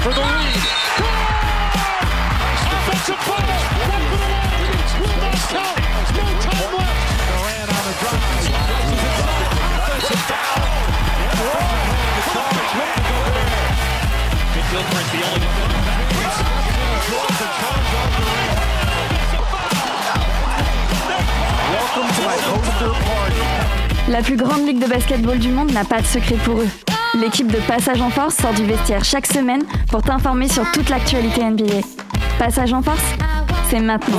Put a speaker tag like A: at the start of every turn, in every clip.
A: for the lead. Offensive fumble. Will not count. No time left. Durant on the drive. Offensive foul. Gilchrist, the only Welcome to my poster party.
B: La plus grande ligue de basketball du monde n'a pas de secret pour eux. L'équipe de Passage en Force sort du vestiaire chaque semaine pour t'informer sur toute l'actualité NBA. Passage en Force, c'est maintenant.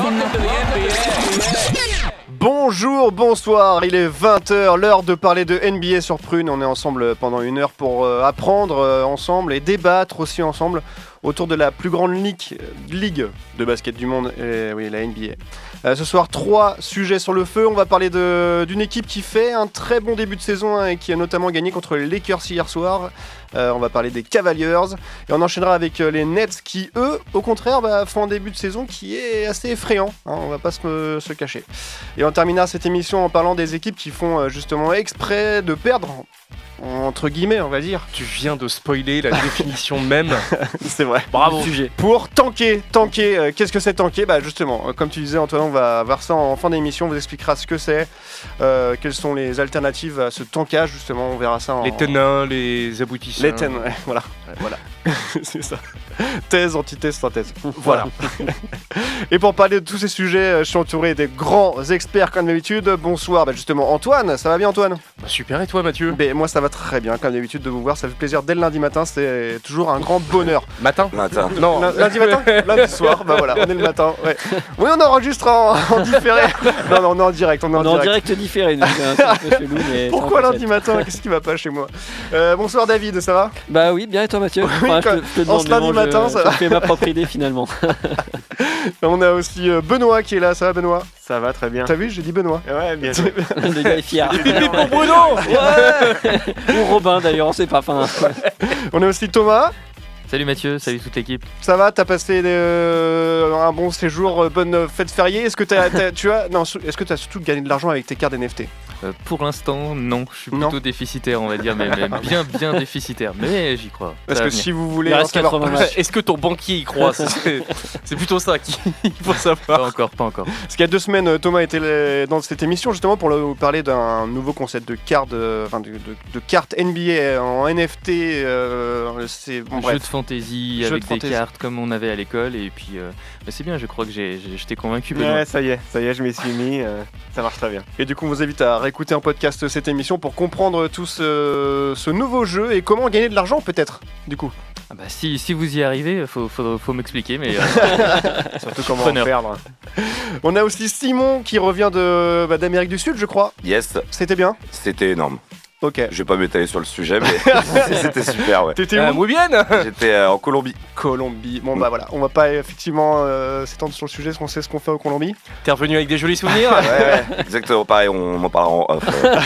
C: Bonjour, bonsoir, il est 20h, l'heure de parler de NBA sur Prune. On est ensemble pendant une heure pour apprendre ensemble et débattre aussi ensemble autour de la plus grande ligue de basket du monde, et oui, la NBA. Ce soir, 3 sujets sur le feu. On va parler d'une équipe qui fait un très bon début de saison et qui a notamment gagné contre les Lakers hier soir. On va parler des Cavaliers et on enchaînera avec les Nets qui, eux, au contraire, font un début de saison qui est assez effrayant. On va pas se cacher. Et on terminera cette émission en parlant des équipes qui font justement exprès de perdre, entre guillemets, on va dire.
D: Tu viens de spoiler la définition même.
C: C'est vrai.
D: Bravo.
C: Sujet. Pour tanker, qu'est-ce que c'est tanker ? Justement, comme tu disais Antoine, on va voir ça en fin d'émission, on vous expliquera ce que c'est, quelles sont les alternatives à ce tankage, justement, on verra ça
D: les tenants, les aboutissants.
C: Les tenants, ouais, voilà. C'est ça. Thèse, antithèse, synthèse. Voilà. Et pour parler de tous ces sujets, je suis entouré des grands experts comme d'habitude. Bonsoir, justement Antoine, ça va bien Antoine ?
D: Super, et toi Mathieu ?
C: Moi ça va très bien, comme d'habitude de vous voir, ça fait plaisir dès le lundi matin, c'est toujours un grand bonheur.
D: Matin ?
C: Non, lundi matin ? Lundi soir, voilà, on est le matin. Ouais. Oui, on enregistre en différé. Non, on est en direct. On est en
E: direct différé. Donc, c'est un peu chelou, mais
C: pourquoi lundi matin ? Qu'est-ce qui va pas chez moi ? Bonsoir David, ça va ?
E: Bah oui, bien et toi Mathieu ?
C: En ce lundi matin, ça va.
E: Je fais ma propre idée finalement.
C: On a aussi Benoît qui est là, ça va Benoît ?
F: Ça va très bien.
C: T'as vu, j'ai dit Benoît.
F: Ouais, bien sûr.
E: Le gars est fier.
D: pour Bruno.
E: Ouais. Ou Robin d'ailleurs, on sait pas.
C: On a aussi Thomas.
G: Salut Mathieu, salut toute l'équipe.
C: Ça va, t'as passé un bon séjour, bonne fête fériée. Est-ce que est-ce que t'as surtout gagné de l'argent avec tes cartes NFT ?
G: Pour l'instant, non. Je suis plutôt déficitaire, on va dire, mais bien déficitaire. Mais j'y crois.
C: Parce que si vous voulez,
D: est-ce que ton banquier y croit ? C'est plutôt ça qu'il faut savoir.
G: Pas encore.
C: Parce qu'il y a 2 semaines, Thomas était dans cette émission justement pour vous parler d'un nouveau concept de carte, de cartes NBA en NFT.
G: Jeu de fantasy avec des cartes comme on avait à l'école, et puis c'est bien, je crois que je t'ai convaincu.
F: Ouais, ça y est, je m'y suis mis, ça marche très bien.
C: Et du coup, on vous invite à réécouter en podcast cette émission pour comprendre tout ce nouveau jeu et comment gagner de l'argent peut-être, du coup.
G: Si vous y arrivez, faut m'expliquer, mais
F: surtout comment en perdre.
C: On a aussi Simon qui revient d'Amérique du Sud, je crois.
H: Yes.
C: C'était bien ?
H: C'était énorme.
C: Ok.
H: Je vais pas m'étaler sur le sujet, mais c'était super, ouais.
C: T'étais où ?
D: Muy bien.
H: J'étais en Colombie.
C: Bon voilà, on va pas effectivement s'étendre sur le sujet, parce qu'on sait ce qu'on fait en Colombie.
D: T'es revenu avec des jolis souvenirs ?
H: Ouais, exactement pareil, on en parlera en off.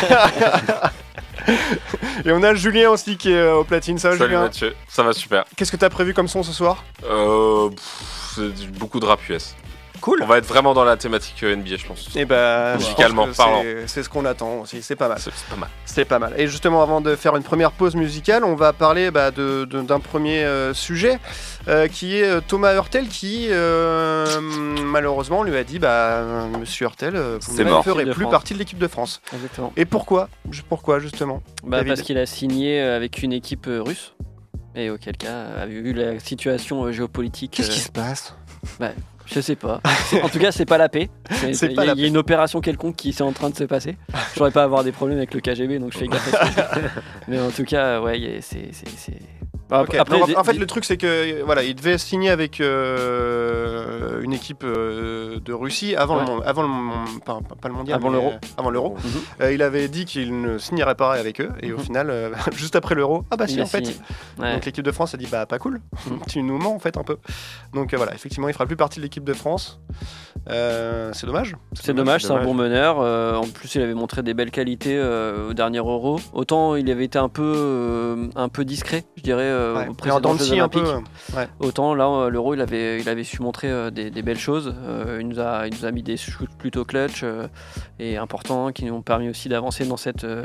C: Et on a Julien aussi qui est au platine, ça va
I: Salut
C: Julien ?
I: Mathieu, ça va super.
C: Qu'est-ce que t'as prévu comme son ce soir ?
I: C'est beaucoup de rap US.
C: Cool.
I: On va être vraiment dans la thématique NBA, je pense.
C: Et
I: musicalement parlant.
C: C'est ce qu'on attend aussi, c'est pas mal.
I: C'est pas mal.
C: Et justement, avant de faire une première pause musicale, on va parler d'un premier sujet qui est Thomas Hurtel qui, malheureusement, lui a dit Monsieur Hurtel, vous ne ferez plus partie de l'équipe de France.
E: Exactement.
C: Et pourquoi justement
E: Parce qu'il a signé avec une équipe russe. Et auquel cas, vu la situation géopolitique.
C: Qu'est-ce qui se passe ?
E: Je sais pas. En tout cas, c'est pas la paix. Il y a une opération quelconque qui est en train de se passer. Je voudrais pas avoir des problèmes avec le KGB, donc je fais gaffe à ça. Mais en tout cas, ouais, c'est...
C: Okay. Après, en fait, le truc, c'est que il devait signer avec une équipe de Russie avant pas le mondial, avant l'Euro.
E: Mm-hmm.
C: Il avait dit qu'il ne signerait pas avec eux, et au final, juste après l'Euro, si en fait.
E: Ouais.
C: Donc l'équipe de France a dit pas cool, tu nous mens en fait un peu. Donc effectivement, il fera plus partie de l'équipe de France. C'est dommage.
E: C'est dommage, c'est un bon meneur. En plus, il avait montré des belles qualités au dernier Euro. Autant il avait été un peu discret, je dirais. Au précédent Jeux Olympiques. Autant là, l'Euro, il avait su montrer des belles choses. Il nous a mis des shoots plutôt clutch et importants qui nous ont permis aussi d'avancer dans cette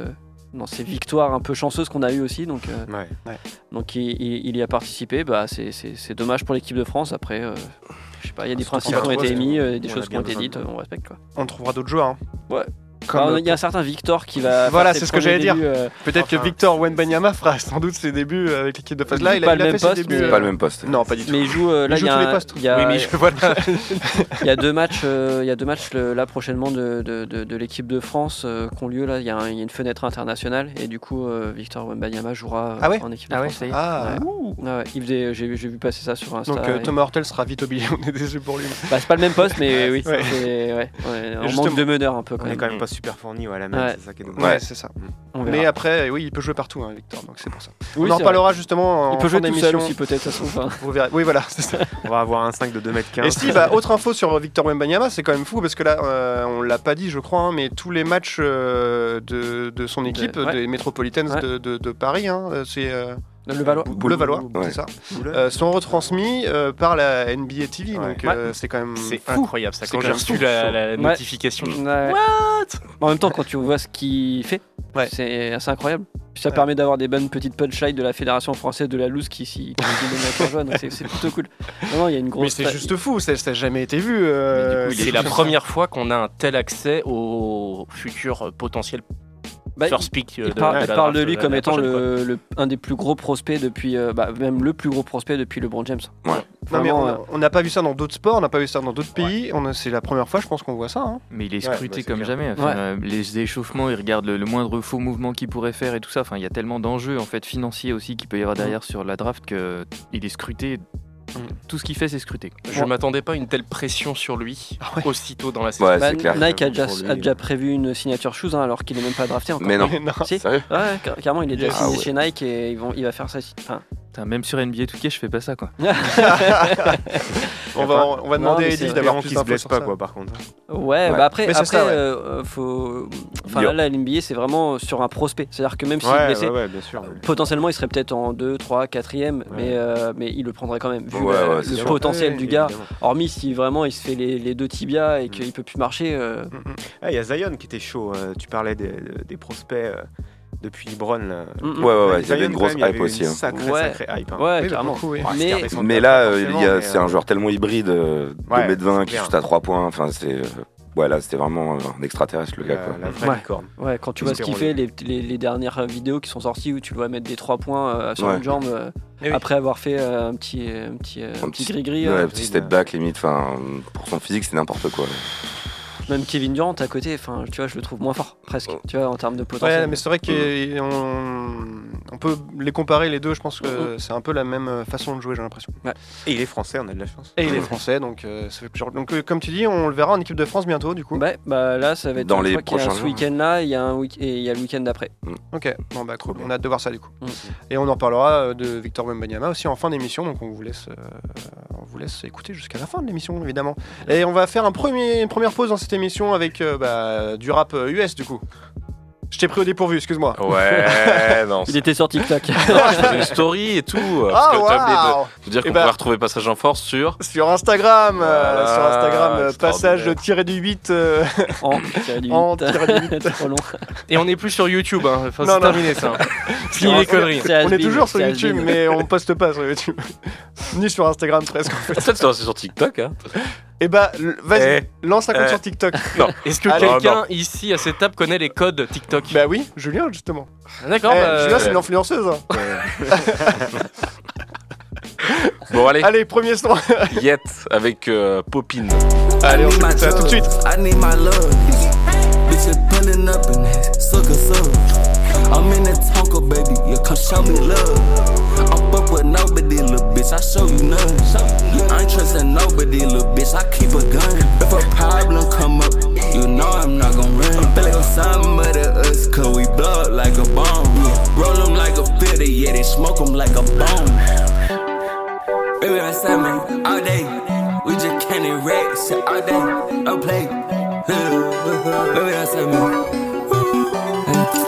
E: ces victoires un peu chanceuses qu'on a eues aussi. Donc, donc il y a participé. C'est dommage pour l'équipe de France. Après, je sais pas, il y a des principes qui ont été émis, des choses qui ont été dites, on respecte quoi.
C: On trouvera d'autres joueurs. Hein.
E: Ouais. Il y a un certain Victor qui va.
C: Voilà, c'est ce que j'allais dire. Peut-être que Victor Wembanyama fera sans doute ses débuts avec l'équipe de France. Là, il a fait ses débuts.
H: C'est pas le même poste.
C: Non, pas du tout.
E: Mais il joue. Là, il y a tous les postes.
C: Oui, mais je vois.
E: Il y a 2 matchs. Il y a 2 matchs là prochainement de l'équipe de France qui ont lieu là. Il y a une fenêtre internationale et du coup, Victor Wembanyama jouera en équipe de France.
G: Ça y est.
E: J'ai vu passer ça sur Insta.
C: Donc Thomas Hortel sera vite oublié. On est déçu pour lui.
E: C'est pas le même poste, mais oui. On manque de meneur un peu.
F: On est quand même pas super fourni à la main, c'est ça qui est dommage.
C: Ouais, c'est ça. Mais après, oui, il peut jouer partout, Victor, donc c'est pour ça. On en parlera justement
E: il peut jouer tout seul aussi, peut-être, ça se trouve.
C: Vous verrez. Oui, voilà, c'est ça.
F: On va avoir un 5 de 2m15.
C: Et si, autre info sur Victor Wembanyama, c'est quand même fou parce que là, on l'a pas dit, je crois, mais tous les matchs de son équipe, des Metropolitans de Paris, c'est.
E: Le Valois,
C: c'est ça. Sont retransmis par la NBA TV, donc c'est quand même
G: incroyable ça. Quand j'ai reçu la notification,
E: what ? En même temps, quand tu vois ce qu'il fait, c'est assez incroyable. Puis ça permet d'avoir des bonnes petites punchlines de la Fédération française de la loose qui donc c'est plutôt cool. Non, il y a une grosse.
C: Mais c'est juste fou, ça n'a jamais été vu.
G: C'est la première fois qu'on a un tel accès au futur potentiel. First pick
E: il parle de lui comme étant un des plus gros prospects depuis, même le plus gros prospect depuis LeBron James.
C: Ouais. Non, mais on n'a pas vu ça dans d'autres sports, on n'a pas vu ça dans d'autres pays. C'est la première fois, je pense, qu'on voit ça.
G: Mais il est scruté comme jamais. Les échauffements, il regarde le moindre faux mouvement qu'il pourrait faire et tout ça. Enfin, il y a tellement d'enjeux en fait financiers aussi qu'il peut y avoir derrière sur la draft qu'il est scruté. Tout ce qu'il fait, c'est scruter.
I: Je m'attendais pas à une telle pression sur lui aussitôt dans la saison.
E: Nike a déjà prévu une signature shoes alors qu'il est même pas drafté encore.
H: Mais non,
E: si.
H: Sérieux ?
E: Ouais, carrément, il est déjà signé chez Nike et il va faire ça.
G: Même sur NBA 2K, je fais pas ça quoi.
C: on va demander à Eddie d'avoir plus
F: d'infos. Qui se blesse pas quoi, par contre.
E: Ouais, après faut. Enfin là, l'NBA c'est vraiment sur un prospect. C'est-à-dire que même s'il est blessé, potentiellement il serait peut-être en 2, 3, 4ème, mais il le prendrait quand même vu le potentiel du gars. Hormis si vraiment il se fait les 2 tibias et qu'il peut plus marcher.
F: Il y a Zion qui était chaud. Tu parlais des prospects. Depuis LeBron,
H: il y avait une grosse hype aussi.
F: Sacré hype.
E: Ouais, clairement.
H: Mais là, c'est un joueur tellement hybride, 2m20 qui shoot à 3 points. Enfin, là, c'était vraiment un extraterrestre, le gars.
F: La vraie licorne.
E: Ouais, quand tu vois ce qu'il fait, les dernières vidéos qui sont sorties où tu le vois mettre des 3 points sur une jambe après avoir fait un petit gris-gris.
H: Un petit step back, limite. Pour son physique, c'est n'importe quoi.
E: Même Kevin Durant à côté, tu vois, je le trouve moins fort presque, tu vois, en termes de potentiel.
C: Ouais, mais c'est vrai qu'on peut les comparer les deux. Je pense que c'est un peu la même façon de jouer, j'ai l'impression.
F: Ouais. Et il est français, on a de la chance.
C: Et il est français, donc ça fait plusieurs. Donc comme tu dis, on le verra en équipe de France bientôt, du coup.
E: Là, ça va être
H: dans les prochains jours.
E: Ce week-end-là, il y a le week-end d'après.
C: Ok, cool. On a hâte de voir ça du coup. Et on en parlera de Victor Wembanyama aussi en fin d'émission, donc on vous laisse écouter jusqu'à la fin de l'émission, évidemment. Et on va faire une première pause dans cette émission avec du rap US du coup. Je t'ai pris au dépourvu, excuse-moi.
I: Ouais, non.
E: Il était sur TikTok.
I: Je faisais une story et tout. Parce que j'ai oublié de dire qu'on pouvait retrouver Passage en Force sur
C: Instagram. Sur Instagram, passage tiré du 8.
E: En tiré du 8. Trop long.
I: Et on n'est plus sur YouTube. Enfin, c'est terminé ça. Fini les conneries.
C: On est toujours sur YouTube, mais on poste pas sur YouTube. Ni sur Instagram presque en fait.
I: Peut-être c'est sur TikTok.
C: Vas-y, lance un compte sur TikTok.
I: Non. Est-ce que quelqu'un ici à cette table connaît les codes TikTok ?
C: Bah oui, Julien justement.
I: D'accord.
C: Julien c'est une influenceuse.
I: Bon
C: allez, premier son.
I: Yet avec Popin.
C: Allez, on fait ça tout de suite.
J: I'm in that Tonka, baby, yeah, come show me love. I'm fuck with nobody, little bitch, I show you none. I ain't trusting nobody, little bitch, I keep a gun. If a problem come up, you know I'm not gon' run. I feel like I'm somebody us, cause we blow up like a bomb. Roll them like a filter, yeah, they smoke them like a bomb. Baby, that's me all day. We just can't erect shit all day, don't play. Baby, that's me.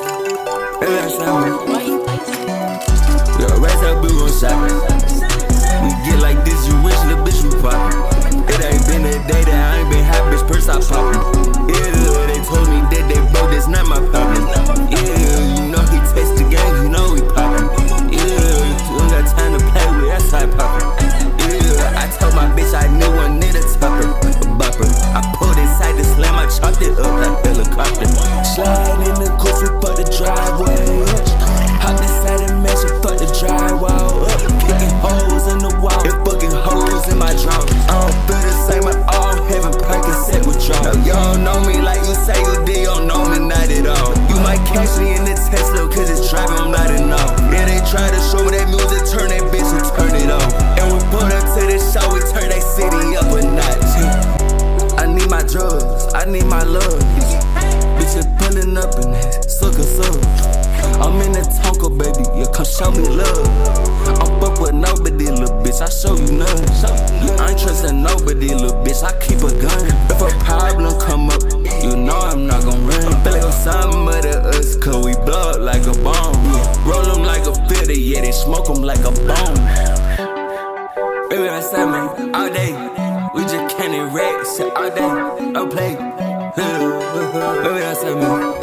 J: Yeah, raise up, we gon' shop. We get like this, you rich, little bitch, you poppin'. It ain't been a day that I ain't been happy, bitch, purse I poppin'. Yeah, they told me that they broke, that's not my problem. Yeah, you know he taste the game, you know we poppin'. Yeah, you ain't got time to play with, that's how I poppin'. Yeah, I told my bitch I knew one need a topper, a bopper. I pulled inside the slam, I chopped it up like helicopter. Slide in the coupe, we put the driveway up. Hop inside the mansion, fuck the drywall up. Kicking holes in the wall, and fucking holes in my drawers. I don't feel the same at all, having Percocet withdrawal. No, you don't know me like you say you did, you don't know me not at all. You might catch me in the Tesla, cause it's driving, I'm not enough. Yeah, they try to show me that music, turn that bitch and turn it on. And we put up to the show, we turn that city up a notch. I need my drugs, I need my love. Bitches pulling up in that sucker sub. I'm in the Tonka, baby, yeah, come show me love. I'm fuck with nobody, little bitch, I show you none. I ain't trusting nobody, little bitch, I keep a gun. If a problem come up, you know I'm not gon' run. I feel like I'm some of the us, cause we blow up like a bomb. Roll them like a filter, yeah, they smoke them like a bomb. Baby, that's me all day. We just can't racks all day, no play. Baby, that's me.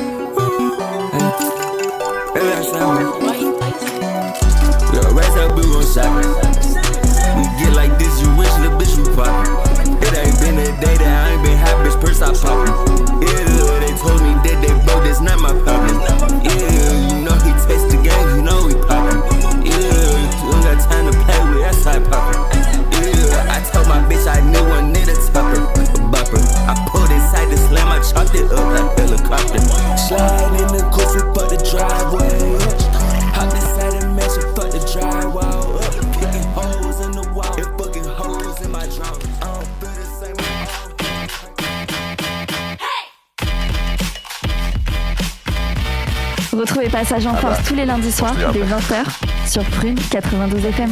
J: Baby, that's me. We gon' raise up, we gon' shop. We get like this, you rich, little bitch, you poppin'. It ain't been a day that I ain't been happy, bitch, purse I poppin'. Yeah, they told me that they broke, that's not my problem. Yeah, you know he taste the game, you know we poppin'. Yeah, you ain't got time to play with, that's how I poppin'. I told my bitch I knew one need a topper, a bopper. I pulled inside the slam, I chopped it up like helicopter. Slide in the coupe, we put the driveway up. Hop inside the mansion, fuck the drywall up. Kicking holes in the wall, and fucking holes in my drawers. I don't feel the same way.
B: Retrouvez Passage en Force tous les lundis soirs dès 20h sur Prune 92 FM.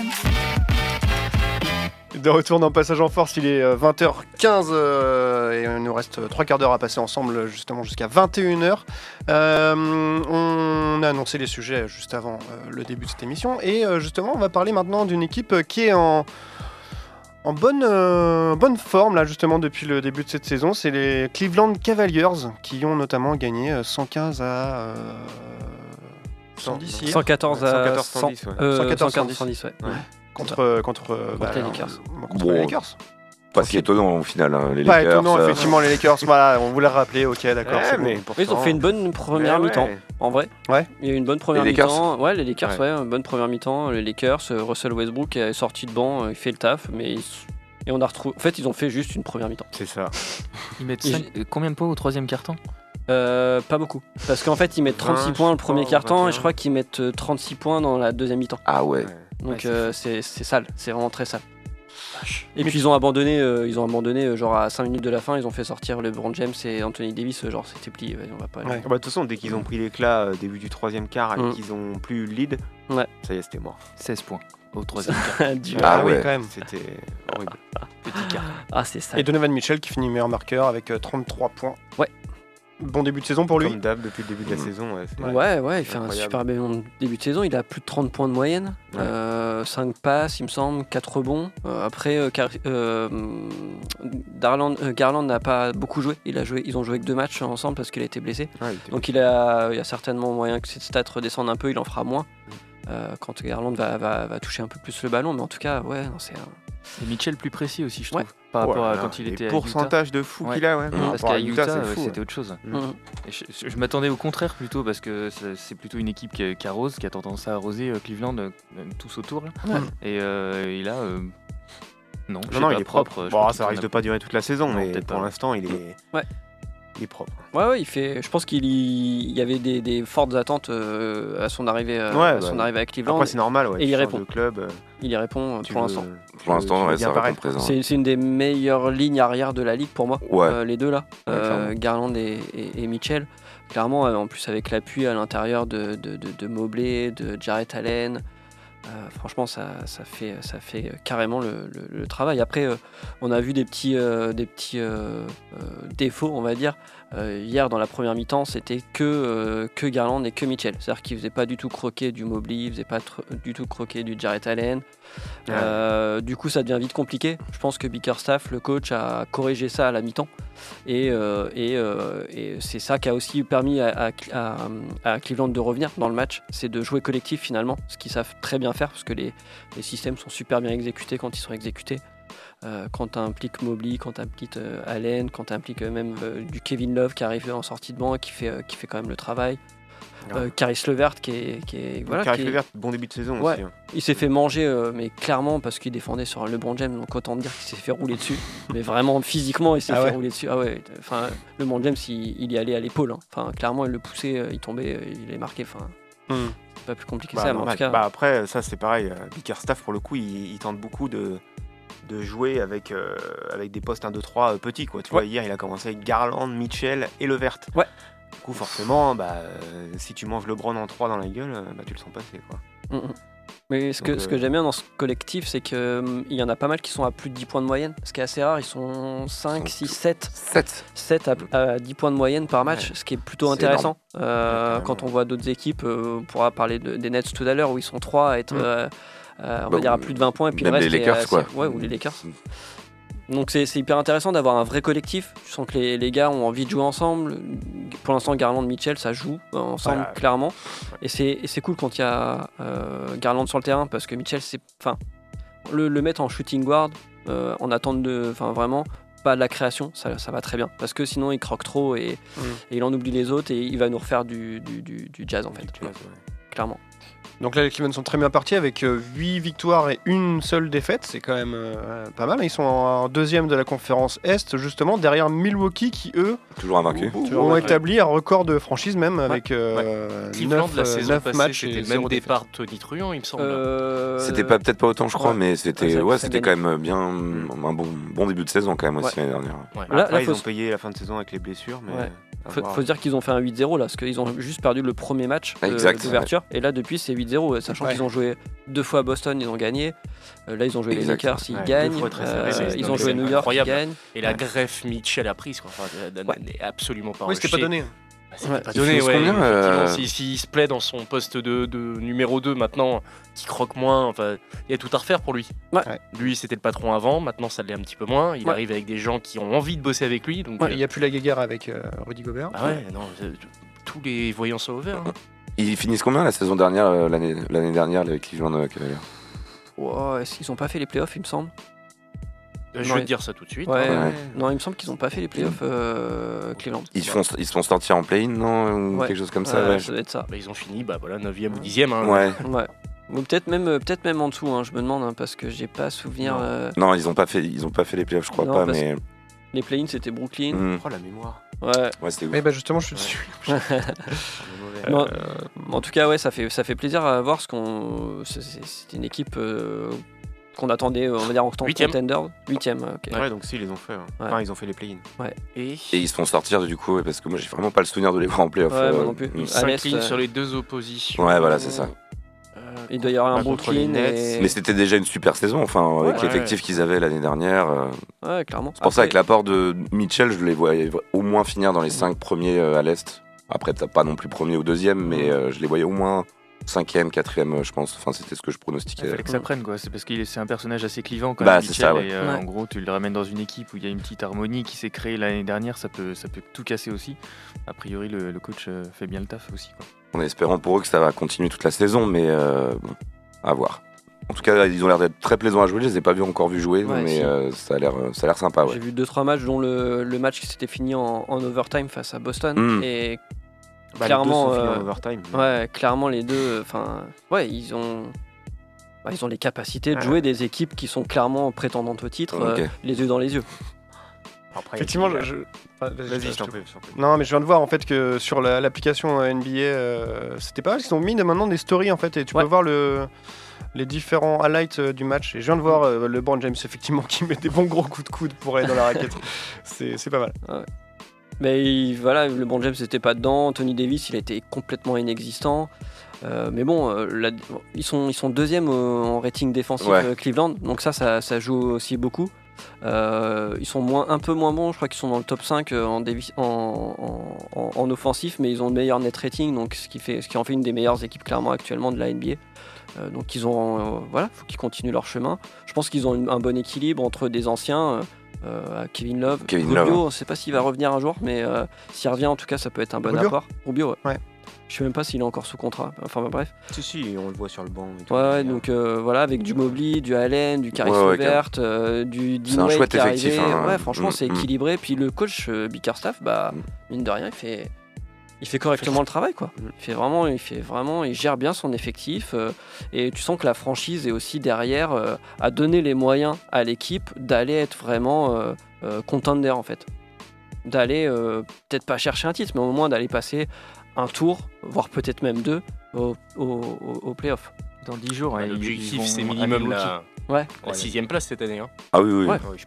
C: De retour dans Passage en Force, il est 20h15 et il nous reste 3 quarts d'heure à passer ensemble justement jusqu'à 21h. On a annoncé les sujets juste avant le début de cette émission et justement on va parler maintenant d'une équipe qui est en bonne forme là justement depuis le début de cette saison. C'est les Cleveland Cavaliers qui ont notamment gagné 115 à 110 hier.
E: 114 à
F: 110, ouais.
E: 110, ouais.
C: Contre
E: les Lakers.
C: Contre les Lakers.
H: Pas si étonnant au final, les
C: pas
H: Lakers. Pas
C: étonnant, effectivement, les Lakers. Voilà, on vous l'a rappelé, ok, d'accord.
F: Ouais, mais
C: bon.
F: pourtant...
E: Ils ont fait une bonne première mi-temps, en vrai.
C: Ouais.
E: Il y a eu une bonne première
H: les
E: mi-temps. Ouais, les Lakers, ouais, une bonne première mi-temps. Les Lakers, Russell Westbrook est sorti de banc, il fait le taf, mais et on a retrouvé. En fait, ils ont fait juste une première mi-temps.
F: C'est ça.
G: Ils mettent combien de points au troisième quart-temps ?
E: Pas beaucoup. Parce qu'en fait, ils mettent 36 points le premier quart-temps et je crois qu'ils mettent 36 points dans la deuxième mi-temps.
H: Ah ouais.
E: Donc c'est sale, c'est vraiment très sale. Et puis ils ont abandonné genre à 5 minutes de la fin, ils ont fait sortir LeBron James et Anthony Davis, genre c'était plié, on va pas.
F: De toute façon, dès qu'ils ont pris l'éclat début du troisième quart et qu'ils ont plus le lead, ça y est, c'était mort.
G: 16 points au troisième quart.
C: Ah oui, quand même.
F: C'était horrible.
E: Petit quart. Ah, c'est ça.
C: Et Donovan Mitchell qui finit meilleur marqueur avec 33 points.
E: Ouais.
C: Bon début de saison pour lui.
F: Comme d'hab depuis le début de la saison.
E: Ouais, il fait un super bon début de saison. Il a plus de 30 points de moyenne, 5 passes, il me semble, 4 rebonds. Après, Garland n'a pas beaucoup joué. Ils ont joué que 2 matchs ensemble parce qu'il a été blessé. Donc il y a certainement moyen que cette stat redescende un peu. Il en fera moins quand Garland va toucher un peu plus le ballon. Mais en tout cas, ouais, c'est un...
G: Et Mitchell plus précis aussi, je trouve, par rapport à quand il était à Utah.
F: Pourcentage de fou qu'il a,
G: parce qu'à Utah, c'était autre chose. Et je m'attendais au contraire plutôt, parce que c'est plutôt une équipe qui arrose, qui a tendance à arroser Cleveland tous autour. Là. Et là, non,
F: il est propre. Ça risque de pas durer toute la saison, mais pour l'instant, il est... Il est propre.
E: Ouais, je pense qu'il y avait des fortes attentes à son arrivée, avec Cleveland.
F: Après, c'est normal,
E: et il répond.
F: Il
E: y répond pour l'instant.
H: Pour l'instant, ça répond présent.
E: C'est une des meilleures lignes arrière de la ligue pour moi. Les deux là, Garland et Mitchell. Clairement, en plus avec l'appui à l'intérieur de Mobley, de Jarrett Allen. Franchement, ça fait carrément le travail. Après, on a vu des petits défauts, on va dire. Hier, dans la première mi-temps, c'était que Garland et que Mitchell. C'est-à-dire qu'il ne faisait pas du tout croquer du Mobley, il ne faisait pas du tout croquer du Jarrett Allen. Du coup, ça devient vite compliqué. Je pense que Bickerstaff, le coach, a corrigé ça à la mi-temps. Et c'est ça qui a aussi permis à Cleveland de revenir dans le match. C'est de jouer collectif finalement, ce qu'ils savent très bien faire parce que les systèmes sont super bien exécutés quand ils sont exécutés. Quand tu impliques Mobley, quand tu impliques Allen, quand tu impliques même du Kevin Love qui arrive en sortie de banc et qui fait quand même le travail. Caris LeVert qui est
F: LeVert, bon début de saison aussi. Hein.
E: Il s'est fait manger, mais clairement parce qu'il défendait sur LeBron James, donc autant dire qu'il s'est fait rouler dessus. Mais vraiment physiquement, il s'est fait rouler dessus. Ah ouais, enfin LeBron James, il y allait à l'épaule. Hein. Enfin clairement, il le poussait, il tombait, il est marqué. Enfin. C'est pas plus compliqué que ça, mais en tout cas.
F: Après, ça c'est pareil. Bickerstaff pour le coup, il tente beaucoup de jouer avec des postes 1-2-3 petits quoi. Tu vois, hier il a commencé avec Garland, Mitchell et LeVert.
E: Ouais.
F: Du coup forcément si tu manges LeBron en 3 dans la gueule, tu le sens passer quoi.
E: Mais ce que j'aime bien dans ce collectif, c'est qu'il y en a pas mal qui sont à plus de 10 points de moyenne. Ce qui est assez rare, ils sont 5, 6, 7 à 10 points de moyenne par match, ce qui est plutôt intéressant. Quand on voit d'autres équipes, on pourra parler des Nets tout à l'heure, où ils sont 3 à être on va dire à plus de 20 points. Et puis
H: même
E: le reste,
H: les Lakers, quoi.
E: Ouais, ou les Lakers. Donc c'est hyper intéressant d'avoir un vrai collectif. Je sens que les gars ont envie de jouer ensemble. Pour l'instant, Garland, Mitchell, ça joue ensemble clairement. Et c'est cool quand il y a Garland sur le terrain parce que Mitchell, le mettre en shooting guard, en attente vraiment pas de la création, ça va très bien. Parce que sinon, il croque trop et il en oublie les autres et il va nous refaire du jazz en fait. Clairement.
C: Donc là, les Cleveland sont très bien partis avec 8 victoires et une seule défaite. C'est quand même pas mal. Ils sont en deuxième de la conférence Est, justement, derrière Milwaukee qui, eux,
H: toujours invaincus,
C: ont établi un record de franchise même avec
D: Cleveland, la saison passée,
C: matchs.
D: C'était le même départ de Tony Truant, il me semble.
H: C'était peut-être pas autant, je crois, mais c'était quand même bien un bon début de saison quand même aussi l'année dernière.
F: Après, ils ont payé la fin de saison avec les blessures, mais...
E: Faut se dire qu'ils ont fait un 8-0 là, parce qu'ils ont juste perdu le premier match d'ouverture, et là depuis c'est 8-0, sachant qu'ils ont joué 2 fois à Boston, ils ont gagné. Là ils ont joué les Lakers, ils gagnent. Ils ont joué New York, ils gagnent.
D: Et la greffe Mitchell a prise, quoi. N'est absolument pas.
C: Oui, c'était pas donné.
D: C'était pas donné, s'il se plaît dans son poste de numéro 2 maintenant, qui croque moins, enfin, il y a tout à refaire pour lui. Lui, c'était le patron avant, maintenant ça l'est un petit peu moins. Il arrive avec des gens qui ont envie de bosser avec lui. Donc,
C: il n'y a plus la guéguerre avec Rudy Gobert.
D: Tous les voyants sont ouverts. Hein.
H: Ils finissent combien la saison dernière, l'année dernière, les Cleveland Cavaliers?
E: Est-ce qu'ils n'ont pas fait les playoffs, il me semble?
D: Je vais te dire ça tout de suite.
E: Non, il me semble qu'ils n'ont pas fait les playoffs Cleveland.
H: Ils se font sortir en play-in, non, ou quelque chose comme ça.
E: Ça doit être ça.
D: Ils ont fini 9e ou 10e. Hein.
E: Ouais. Ou peut-être même en dessous, hein, je me demande, parce que j'ai pas souvenir.
H: Non, ils ont pas fait les playoffs, je crois pas, mais.
E: Les play-in, c'était Brooklyn.
F: Oh la mémoire.
H: Ouais, c'était ouf.
C: Mais justement, je suis dessus.
E: En tout cas, ça fait plaisir à voir, c'est une équipe qu'on attendait, on va dire, en tant que contender. 8e. Okay.
F: Ouais, donc si, ils les ont fait. Enfin, ils ont fait les play-in.
E: Ouais.
H: Et ils se font sortir du coup, parce que moi j'ai vraiment pas le souvenir de les voir en play-off.
E: Ouais, moi non plus.
D: Ils s'inclinent sur les 2 oppositions.
H: Ouais, voilà, c'est ça.
E: Il doit y avoir un Brooklyn.
H: Mais c'était déjà une super saison, avec l'effectif qu'ils avaient l'année dernière.
E: Ouais, clairement.
H: C'est pour ça, avec l'apport de Mitchell, je les voyais au moins finir dans les 5 premiers à l'Est. Après, t'as pas non plus premier ou deuxième, mais je les voyais au moins 5e, 4e, je pense. Enfin, c'était ce que je pronostiquais.
G: Il fallait que ça prenne, quoi. C'est parce que c'est un personnage assez clivant quand même.
H: C'est ça, ouais.
G: En gros, tu le ramènes dans une équipe où il y a une petite harmonie qui s'est créée l'année dernière, ça peut tout casser aussi. A priori, le coach fait bien le taf aussi, quoi.
H: En espérant pour eux que ça va continuer toute la saison, mais à voir. En tout cas, ils ont l'air d'être très plaisants à jouer. Je les ai pas encore vus jouer, mais ça a l'air sympa. Ouais.
E: J'ai vu 2-3 matchs, dont le match qui s'était fini en overtime face à Boston. Et clairement,
F: les 2 sont finis en overtime.
E: Ouais, clairement les deux. Ils ont les capacités de jouer des équipes qui sont clairement prétendantes au titre, les yeux dans les yeux.
F: Après,
C: effectivement,
F: vas-y, je t'en prie.
C: Non, mais je viens de voir en fait que sur l'application NBA, c'était pas mal. Ils ont mis maintenant des stories en fait, et tu peux voir les différents highlights du match. Et je viens de voir LeBron James effectivement qui met des bons gros coups de coude pour aller dans la raquette. C'est pas mal.
E: Ouais. Mais LeBron James n'était pas dedans. Anthony Davis, il a été complètement inexistant. Mais bon, ils sont 2e en rating défensif Cleveland, donc ça joue aussi beaucoup. Ils sont un peu moins bons, je crois qu'ils sont dans le top 5 en offensif, mais ils ont le meilleur net rating, donc ce qui en fait une des meilleures équipes clairement actuellement de la NBA. Donc ils ont, faut qu'ils continuent leur chemin. Je pense qu'ils ont un bon équilibre entre des anciens. Kevin Love, Rubio, on ne sait pas s'il va revenir un jour, mais s'il revient en tout cas ça peut être un bon apport. Rubio, ouais. Je sais même pas s'il est encore sous contrat. Enfin bref.
F: Si, on le voit sur le banc. Et tout
E: donc avec du Mobley, du Allen, du Caris Levert, du Dean Wade.
H: C'est un chouette effectif.
E: Franchement, c'est équilibré. Puis le coach Bickerstaff, mine de rien, il fait correctement le travail, quoi. Il gère bien son effectif. Et tu sens que la franchise est aussi derrière à donner les moyens à l'équipe d'aller être vraiment contender en fait. D'aller peut-être pas chercher un titre, mais au moins d'aller passer un tour, voire peut-être même 2 au play-off.
G: Dans 10 jours,
D: l'objectif c'est minimum la 6ème place cette année.
H: Ah oui.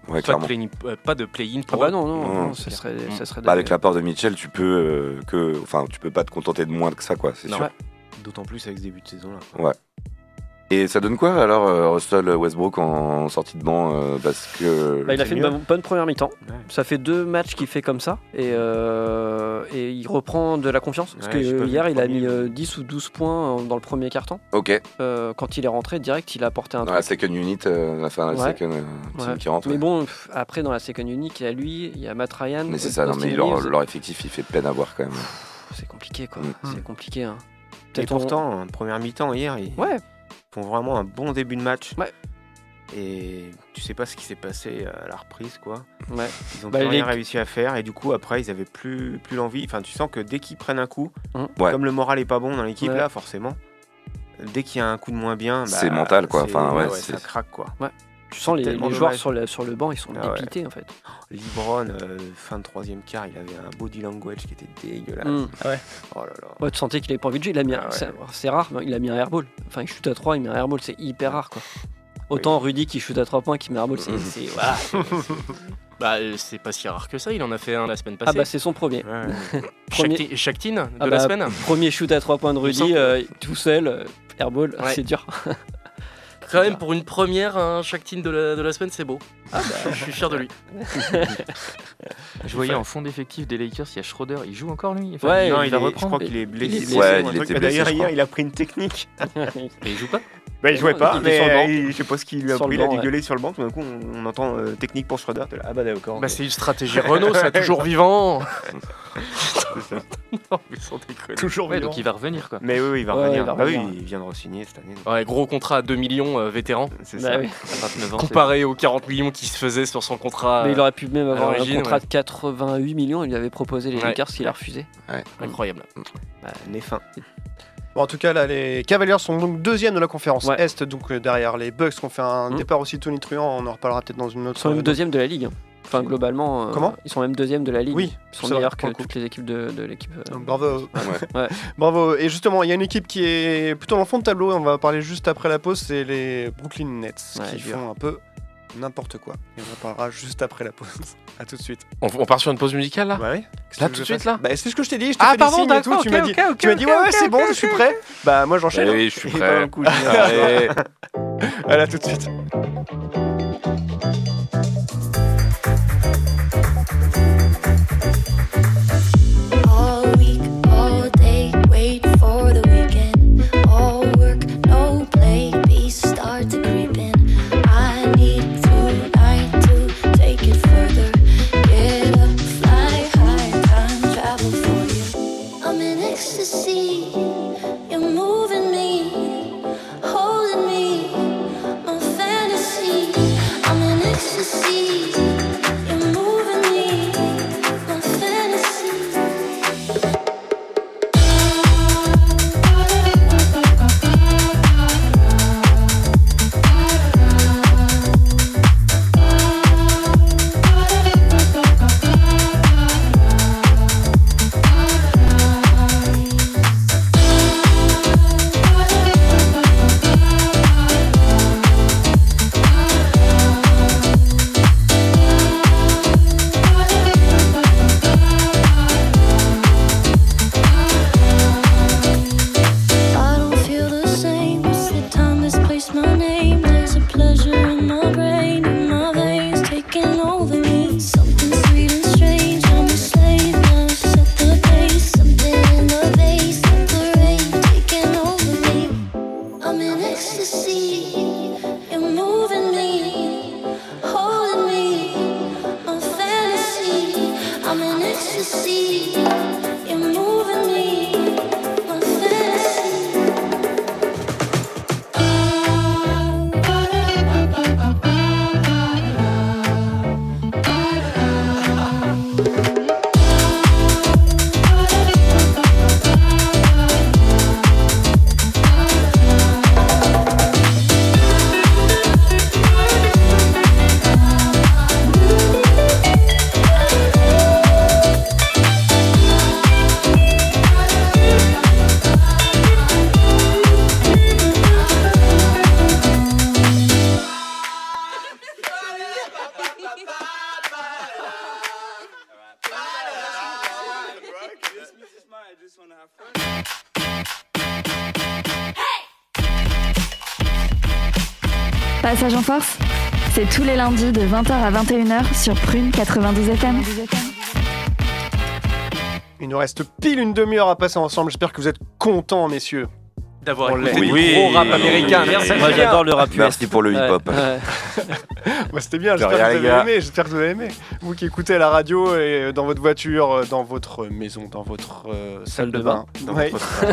D: Pas de play-in pour
E: non, ça serait
H: avec l'apport de Mitchell, tu peux pas te contenter de moins que ça, quoi, c'est sûr.
F: D'autant plus avec ce début de saison là.
H: Ouais. Et ça donne quoi alors Russell Westbrook en sortie de banc parce que
E: il a fait une bonne première mi-temps. Ouais. Ça fait 2 matchs qu'il fait comme ça et il reprend de la confiance parce que hier il a mis 10 ou 12 points dans le premier quart-temps.
H: OK.
E: Quand il est rentré direct, il a apporté un
H: dans la second unit la second team qui rentre.
E: Mais bon, après dans la second unit, il y a lui, il y a Matt Ryan.
H: Mais c'est ça, mais leur effectif, il fait peine à voir quand même.
E: C'est compliqué quoi. C'est compliqué
F: Et pourtant, en première mi-temps hier, ils font vraiment un bon début de match. Ouais. Et tu sais pas ce qui s'est passé à la reprise, quoi.
E: Ouais.
F: Ils ont rien réussi à faire et du coup après ils avaient plus l'envie. Enfin, tu sens que dès qu'ils prennent un coup, comme le moral est pas bon dans l'équipe là, forcément. Dès qu'il y a un coup de moins bien,
H: c'est mental, quoi. Enfin,
F: ça craque, quoi.
E: Ouais. Tu sens les joueurs sur le banc, ils sont dépités en fait.
F: LeBron, fin de troisième quart, il avait un body language qui était dégueulasse. Oh là là.
E: Ouais, tu sentais qu'il avait pas envie de jouer. Il a mis c'est rare, mais il a mis un airball. Enfin, il shoot à 3, il met un airball, c'est hyper rare, quoi. Autant Rudy qui shoot à 3 points qui met un airball, c'est
D: c'est pas si rare que ça, il en a fait un la semaine passée.
E: C'est son premier.
D: Shakhtin de la semaine.
E: Premier shoot à 3 points de Rudy, tout seul, airball, c'est dur.
D: Quand même, pour une première, un Shakhtin de la semaine, c'est beau. Je suis fier de lui.
G: Je voyais en fond d'effectif des Lakers, il y a Schroeder, il joue encore lui.
F: Enfin, non, il va reprendre. Je crois qu'il est blessé.
H: Il était blessé.
F: D'ailleurs, hier, il a pris une technique.
D: Et il joue pas
F: il jouait pas, mais je sais pas ce qu'il lui a pris. Il a dû gueuler sur le banc. Tout d'un coup, on entend technique pour Schroeder. D'accord.
D: C'est une stratégie Renault, ça, toujours vivant. Non, mais sans déconner.
G: Toujours vivant. Donc il va revenir, quoi.
F: Mais oui, il va revenir. Il vient de re-signer cette année.
D: Ouais, gros contrat à 2 millions vétéran.
F: C'est ça.
E: Oui.
G: 29 ans,
D: comparé aux 40 millions qui se faisaient sur son contrat.
E: Mais il aurait pu même avoir un contrat de 88 millions. Il lui avait proposé les Lakers, qu'il a refusé.
D: Incroyable.
F: Né fin.
C: Bon, en tout cas, là, les Cavaliers sont donc deuxième de la conférence Est, donc derrière les Bucks qui ont fait un départ aussi tonitruant. On en reparlera peut-être dans une autre.
E: Ils sont même deuxième de la ligue. Enfin, globalement,
C: comment
E: ils sont même deuxième de la ligue.
C: Oui,
E: ils sont meilleurs que toutes les équipes de l'équipe.
C: Donc, bravo. Bravo. Et justement, il y a une équipe qui est plutôt dans le fond de tableau. On va parler juste après la pause. C'est les Brooklyn Nets qui font un peu n'importe quoi. Et on en parlera juste après la pause. À tout de suite.
D: On part sur une pause musicale là ?
C: Ouais.
D: Là tout de suite là ?
C: C'est ce que je t'ai dit. Je t'ai fait des signes et tout. Tu m'as dit ouais, c'est bon, je suis prêt. Moi j'enchaîne.
H: Oui, je suis prêt.
C: Allez, à tout de suite.
K: You're moving me, holding me, my fantasy.
B: Passage en force, c'est tous les lundis de 20h à 21h sur Prune 92 FM.
C: Il nous reste pile une demi-heure à passer ensemble. J'espère que vous êtes contents, messieurs.
D: D'avoir écouté du gros rap américain.
E: Moi j'adore le rap US.
H: Merci pour le hip-hop.
C: C'était bien, j'espère que vous avez aimé. Vous qui écoutez à la radio et dans votre voiture, dans votre maison, dans votre salle de bain. Pourquoi ?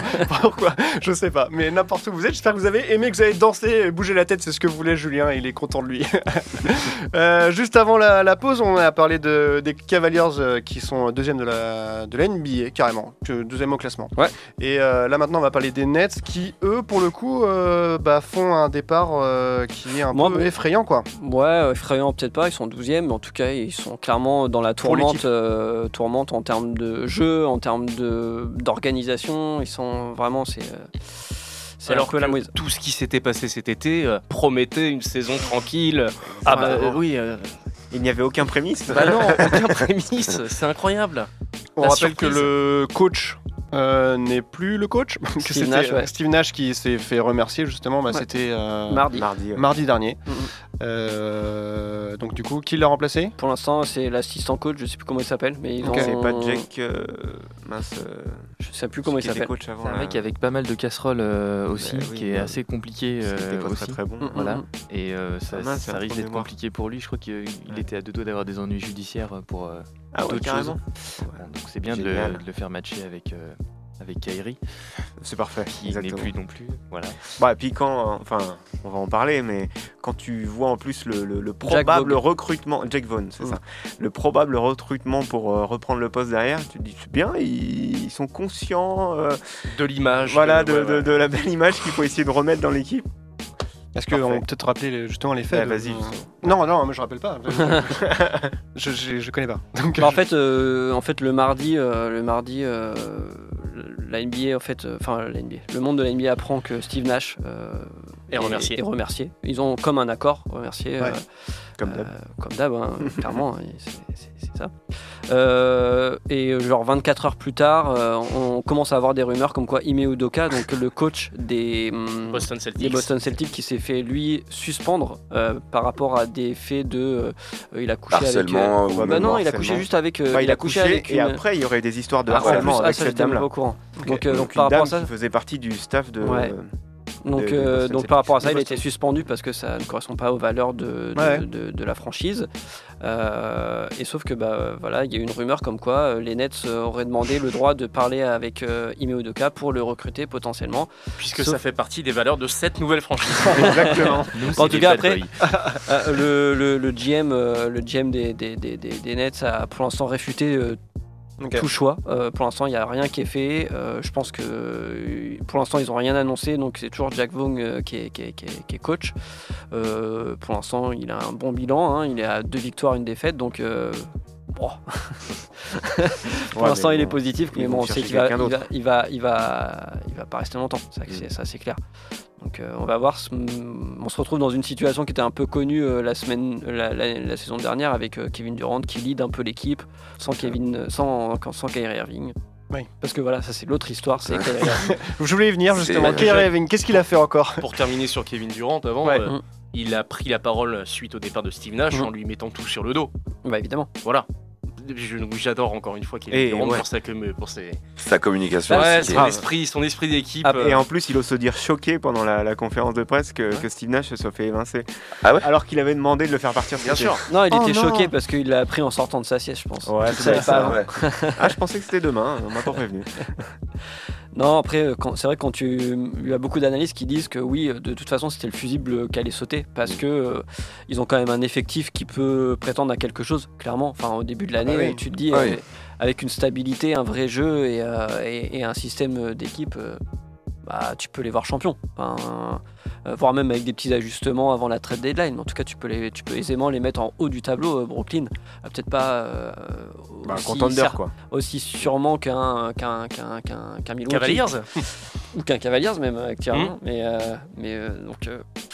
C: Je sais pas. Mais n'importe où vous êtes, j'espère que vous avez aimé, que vous avez dansé et bougé la tête. C'est ce que voulait Julien, il est content de lui. Juste avant la pause, on a parlé des Cavaliers qui sont deuxième de la NBA, carrément. Deuxième au classement.
E: Ouais.
C: Et là maintenant, on va parler des Nets qui, eux, pour le coup, font un départ qui est un peu effrayant, quoi.
E: Ouais, effrayant peut-être pas, ils sont 12e, mais en tout cas, ils sont clairement dans la tourmente en termes de jeu, en termes d'organisation. Ils sont vraiment, c'est
D: alors
E: un peu la mouise.
D: Tout ce qui s'était passé cet été promettait une saison tranquille. Oui.
F: Il n'y avait aucun prémisse.
D: Non, aucun prémisse, c'est incroyable.
C: On rappelle que le coach n'est plus le coach. Steve Nash qui s'est fait remercier justement. C'était mardi dernier. Donc du coup, qui l'a remplacé ?
E: Pour l'instant, c'est l'assistant coach. Je sais plus comment il s'appelle, mais
F: c'est pas Jake.
E: Je sais plus comment il s'appelle.
G: C'est un mec avec pas mal de casseroles aussi, qui est assez compliqué aussi.
F: Très bon.
G: Voilà. Et ça risque d'être compliqué pour lui. Je crois qu'il était à deux doigts d'avoir des ennuis judiciaires pour d'autres choses. Donc c'est bien de le faire matcher avec Kyrie.
F: C'est parfait.
G: Qui n'est plus non plus. Voilà.
F: Et puis quand, on va en parler, mais quand tu vois en plus le probable recrutement, Jake Vaughn, c'est ça, le probable recrutement pour reprendre le poste derrière, tu te dis c'est bien, ils sont conscients
D: de l'image,
F: de la belle image qu'il faut essayer de remettre dans l'équipe.
C: Est-ce qu'on peut peut-être rappeler justement les faits
F: Vas-y.
C: Non, moi je rappelle pas. je connais pas. Donc,
E: en fait, le mardi, la NBA, la NBA, le monde de la NBA apprend que Steve Nash est remercié. Ils ont comme un accord remercié. Comme d'hab, clairement, c'est ça. Et genre 24 heures plus tard, on commence à avoir des rumeurs comme quoi Ime Udoka, donc le coach des Boston Celtics, qui s'est fait lui suspendre par rapport à des faits de il a couché
H: harcèlement,
E: il a couché juste avec
F: il a couché avec
E: et
F: après il y aurait des histoires de harcèlement avec cette dame là.
E: Au courant.
F: Okay. Donc
E: par rapport à ça,
F: qui faisait partie du staff de
E: Donc par rapport à ça, il a été suspendu parce que ça ne correspond pas aux valeurs de la franchise. Et sauf que il y a eu une rumeur comme quoi les Nets auraient demandé le droit de parler avec Ime Udoka pour le recruter potentiellement.
D: Puisque ça fait partie des valeurs de cette nouvelle franchise.
C: Exactement.
E: En tout cas après, le GM des Nets a pour l'instant réfuté tout choix. Pour l'instant, il n'y a rien qui est fait. Je pense que pour l'instant, ils n'ont rien annoncé. Donc, c'est toujours Jack Vaughn qui est coach. Pour l'instant, il a un bon bilan. Il est à 2 victoires, 1 défaite. Donc, pour l'instant, il est positif. Mais bon, on sait qu'il va pas rester longtemps. Ça, c'est clair. Donc on va voir, on se retrouve dans une situation qui était un peu connue la saison dernière avec Kevin Durant qui lead un peu l'équipe sans Kyrie Irving.
C: Oui.
E: Parce que ça c'est l'autre histoire, c'est Kyrie Irving.
C: Je voulais y venir justement. Kyrie Irving, qu'est-ce qu'il a fait encore ?
D: Pour terminer sur Kevin Durant avant, il a pris la parole suite au départ de Steve Nash en lui mettant tout sur le dos.
E: Évidemment.
D: Voilà. J'adore encore une fois Kevin Durant pour
H: sa communication.
D: Son esprit d'équipe.
F: Et en plus, il ose se dire choqué pendant la conférence de presse que Steve Nash se soit fait évincer.
H: Ah ouais ?
F: Alors qu'il avait demandé de le faire partir.
D: Bien sûr.
E: Non, il était choqué parce qu'il l'a appris en sortant de sa sieste, je pense.
F: Ouais, c'est ça. Je pensais que c'était demain. On m'a pas prévenu.
E: Non, après, c'est vrai que quand il y a beaucoup d'analystes qui disent que oui, de toute façon, c'était le fusible qui allait sauter parce que ils ont quand même un effectif qui peut prétendre à quelque chose, clairement. Enfin, au début de l'année, tu te dis, avec une stabilité, un vrai jeu et un système d'équipe, tu peux les voir champions. Voire même avec des petits ajustements avant la trade deadline. En tout cas, tu peux aisément les mettre en haut du tableau. Brooklyn, peut-être pas aussi sûrement qu'un Milwaukee.
D: Cavaliers
E: ou qu'un Cavaliers même actuellement. Mais donc.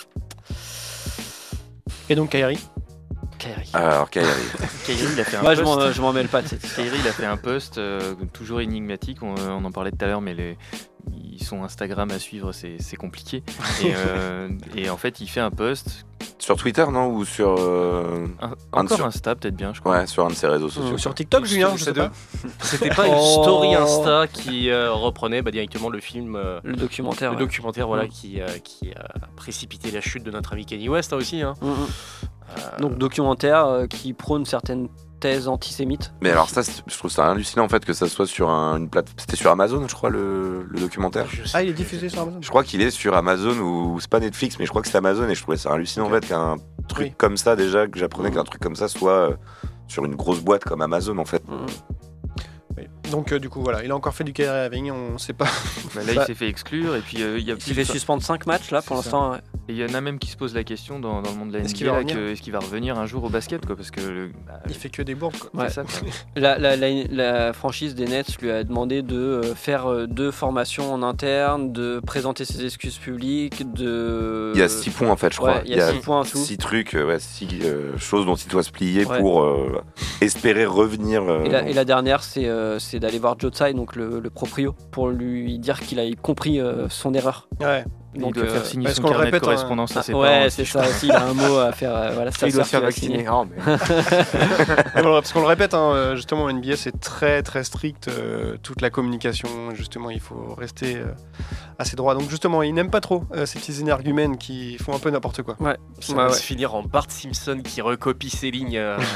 C: Et donc Kyrie.
H: Alors Kyrie,
G: il a fait un
E: post. Moi, je m'en mêle pas.
G: Kyrie, il a fait un post toujours énigmatique. On en parlait tout à l'heure, mais son Instagram à suivre, c'est compliqué. Et en fait, il fait un post
H: Sur Twitter, non? Ou sur.
G: Encore Insta, peut-être bien, je crois.
H: Ouais, sur un de ses réseaux sociaux.
C: Sur TikTok, Julien, je sais pas.
D: C'était pas une story Insta qui reprenait directement le film.
E: Le documentaire.
D: Le documentaire, voilà, qui a précipité la chute de notre ami Kanye West aussi. Hein.
E: Donc, documentaire qui prône certaines thèses antisémites.
H: Mais alors, ça, je trouve ça hallucinant en fait que ça soit sur une plateforme. C'était sur Amazon, je crois, le documentaire.
C: Il est diffusé sur Amazon?
H: Je crois qu'il est sur Amazon ou c'est pas Netflix, mais je crois que c'est Amazon et je trouvais ça hallucinant en fait qu'un truc comme ça, déjà, que j'apprenais qu'un truc comme ça soit sur une grosse boîte comme Amazon en fait.
C: Oui. Donc du coup voilà, il a encore fait du carry-having, on sait pas.
G: Là il s'est fait exclure et puis il
E: fait suspendre 5 matchs là pour l'instant. Ouais.
G: Et il y en a même qui se posent la question dans le monde de la NBA est-ce qu'il va revenir un jour au basket quoi, parce que
C: il fait que des bourdes quoi.
E: Ouais. C'est ça, quoi. La franchise des Nets lui a demandé de faire 2 formations en interne, de présenter ses excuses publiques,
H: il y a 6 points en fait je crois.
E: Il y a 6 points en tout.
H: 6 trucs, 6 choses dont il doit se plier pour espérer revenir.
E: Et la dernière c'est d'aller voir Joe Tsai, donc le proprio, pour lui dire qu'il a compris son erreur.
C: Ouais.
G: Donc, il doit faire signer son carnet de correspondance à ses parents.
E: Ouais, c'est ça aussi, il a un mot à faire. Voilà,
F: il doit se faire vacciner.
C: Parce qu'on le répète, justement, en NBA, c'est très très strict, toute la communication. Justement, il faut rester assez droit. Donc, justement, il n'aime pas trop ces petits énergumènes qui font un peu n'importe quoi.
D: Ouais. Ça va se finir en Bart Simpson qui recopie ses lignes.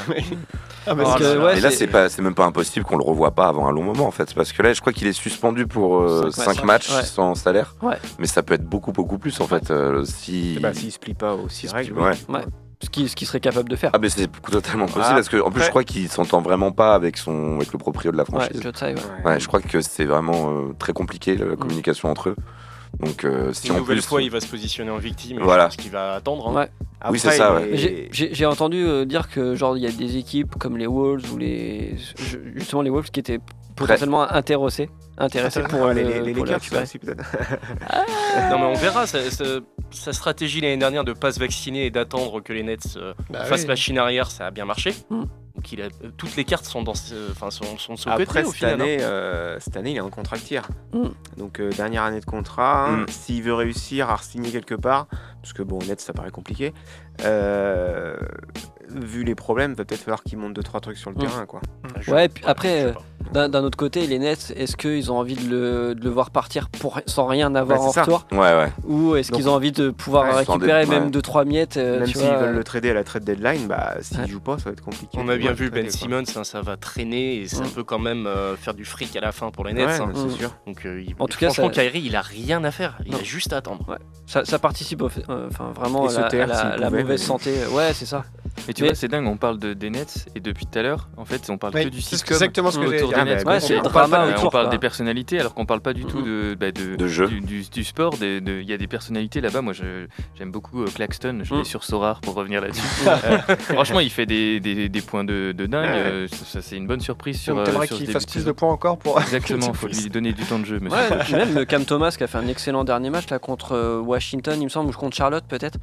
H: Et là, c'est même pas impossible qu'on le revoie pas avant un long moment, en fait. Parce que là, je crois qu'il est suspendu pour 5 matchs sans salaire.
E: Ouais.
H: Mais ça peut être beaucoup plus en fait
F: s'il se plie pas aussi règle.
E: Ouais. Ce qui serait capable de faire.
H: Ah mais c'est totalement possible parce que en plus je crois qu'il s'entend vraiment pas avec le proprio de la franchise. Je crois que c'est vraiment très compliqué la communication entre eux. Donc si
D: une nouvelle fois il va se positionner en victime,
H: voilà.
D: Je pense qu'il va attendre.
E: Ouais.
H: Après, oui c'est ça. Ouais.
E: J'ai entendu dire que genre il y a des équipes comme les Wolves ou justement les Wolves qui étaient potentiellement intéressés pour
F: les Lakers aussi peut-être.
D: Non mais on verra. Sa stratégie l'année dernière de pas se vacciner et d'attendre que les Nets fassent machine arrière, ça a bien marché. Donc toutes les cartes sont de son côté.
F: Après
D: au final.
F: Cette année il est en contractier. Donc dernière année de contrat. S'il veut réussir à re-signer quelque part, parce que Nets ça paraît compliqué. Vu les problèmes, va peut-être falloir qu'il monte 2-3 trucs sur le terrain quoi.
E: Ouais, puis après d'un autre côté, les Nets, est-ce qu'ils ont envie de le voir partir sans rien avoir en retour?
H: Ouais.
E: Ou est-ce qu'ils ont envie de pouvoir récupérer même 2-3 miettes
F: même s'ils veulent le trader à la trade deadline, s'il joue pas, ça va être compliqué.
D: On a bien vu Ben Simmons, ça va traîner et ça peut quand même faire du fric à la fin pour les Nets.
F: C'est sûr.
D: Donc, en tout cas, franchement, Kyrie, il a rien à faire. Il a juste à attendre.
E: Ouais. Ça participe vraiment à la mauvaise santé. Ouais, c'est ça.
G: Mais tu vois, c'est dingue, on parle des Nets et depuis tout à l'heure, en fait, on parle que du système
C: exactement ce que
G: autour des Nets. On parle des personnalités alors qu'on parle pas du tout de
H: jeu.
G: Du sport. Il y a des personnalités là-bas. Moi, j'aime beaucoup Claxton. Je l'ai sur Sorare pour revenir là-dessus. Franchement, il fait des points de dingue. Ça, c'est une bonne surprise sur.
C: T'aimerais qu'il fasse plus de points encore pour.
G: Exactement, il faut lui donner du temps de jeu.
E: Puis même Cam Thomas qui a fait un excellent dernier match là contre Washington, il me semble, ou contre Charlotte peut-être.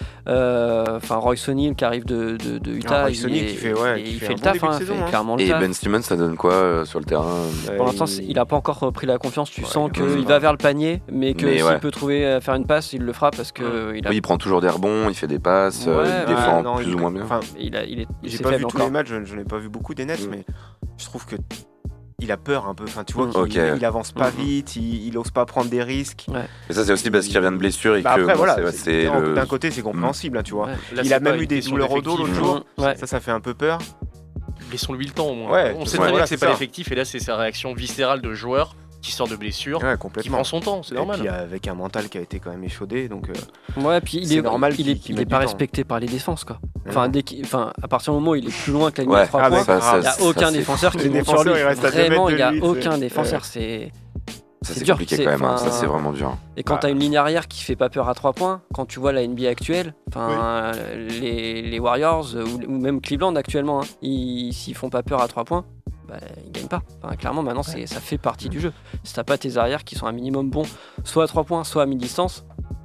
E: Royce O'Neal qui arrive de Utah,
F: il fait
E: le taf, clairement le
H: taf.
E: Et
H: Ben Simmons, ça donne quoi sur le terrain?
E: Pour l'instant, il a pas encore pris la confiance. Tu sens qu'il va vers le panier, mais que s'il peut trouver faire une passe, il le fera parce que
H: il prend toujours des rebonds, il fait des passes, il défend plus ou moins bien.
F: J'ai pas vu tous les matchs, je n'ai pas vu beaucoup des Nets, mais je trouve que il a peur un peu, tu vois, il avance pas vite, il ose pas prendre des risques.
H: Mais ça c'est aussi parce qu'il revient de blessure et que
F: après voilà, d'un côté c'est compréhensible, tu vois. Il a même eu des douleurs au dos l'autre jour, ça fait un peu peur.
D: Laissons-lui le temps au moins. On sait très bien que c'est pas l'effectif et là c'est sa réaction viscérale de joueur qui sort de blessure, qui prend son temps, c'est normal.
F: Et puis avec un mental qui a été quand même échaudé, donc
E: puis il est normal, il est pas respecté par les défenses quoi. À partir du moment où il est plus loin que la ligne de 3 points, il n'y a aucun défenseur qui monte sur lui. Vraiment, il n'y a aucun défenseur.
H: C'est dur, compliqué quand même, ça c'est vraiment dur.
E: Et quand t'as une ligne arrière qui fait pas peur à 3 points, quand tu vois la NBA actuelle, les Warriors ou même Cleveland actuellement, s'ils font pas peur à 3 points, ils gagnent pas. Clairement maintenant ça fait partie du jeu. Si t'as pas tes arrières qui sont un minimum bons, soit à 3 points, soit à mi-distance,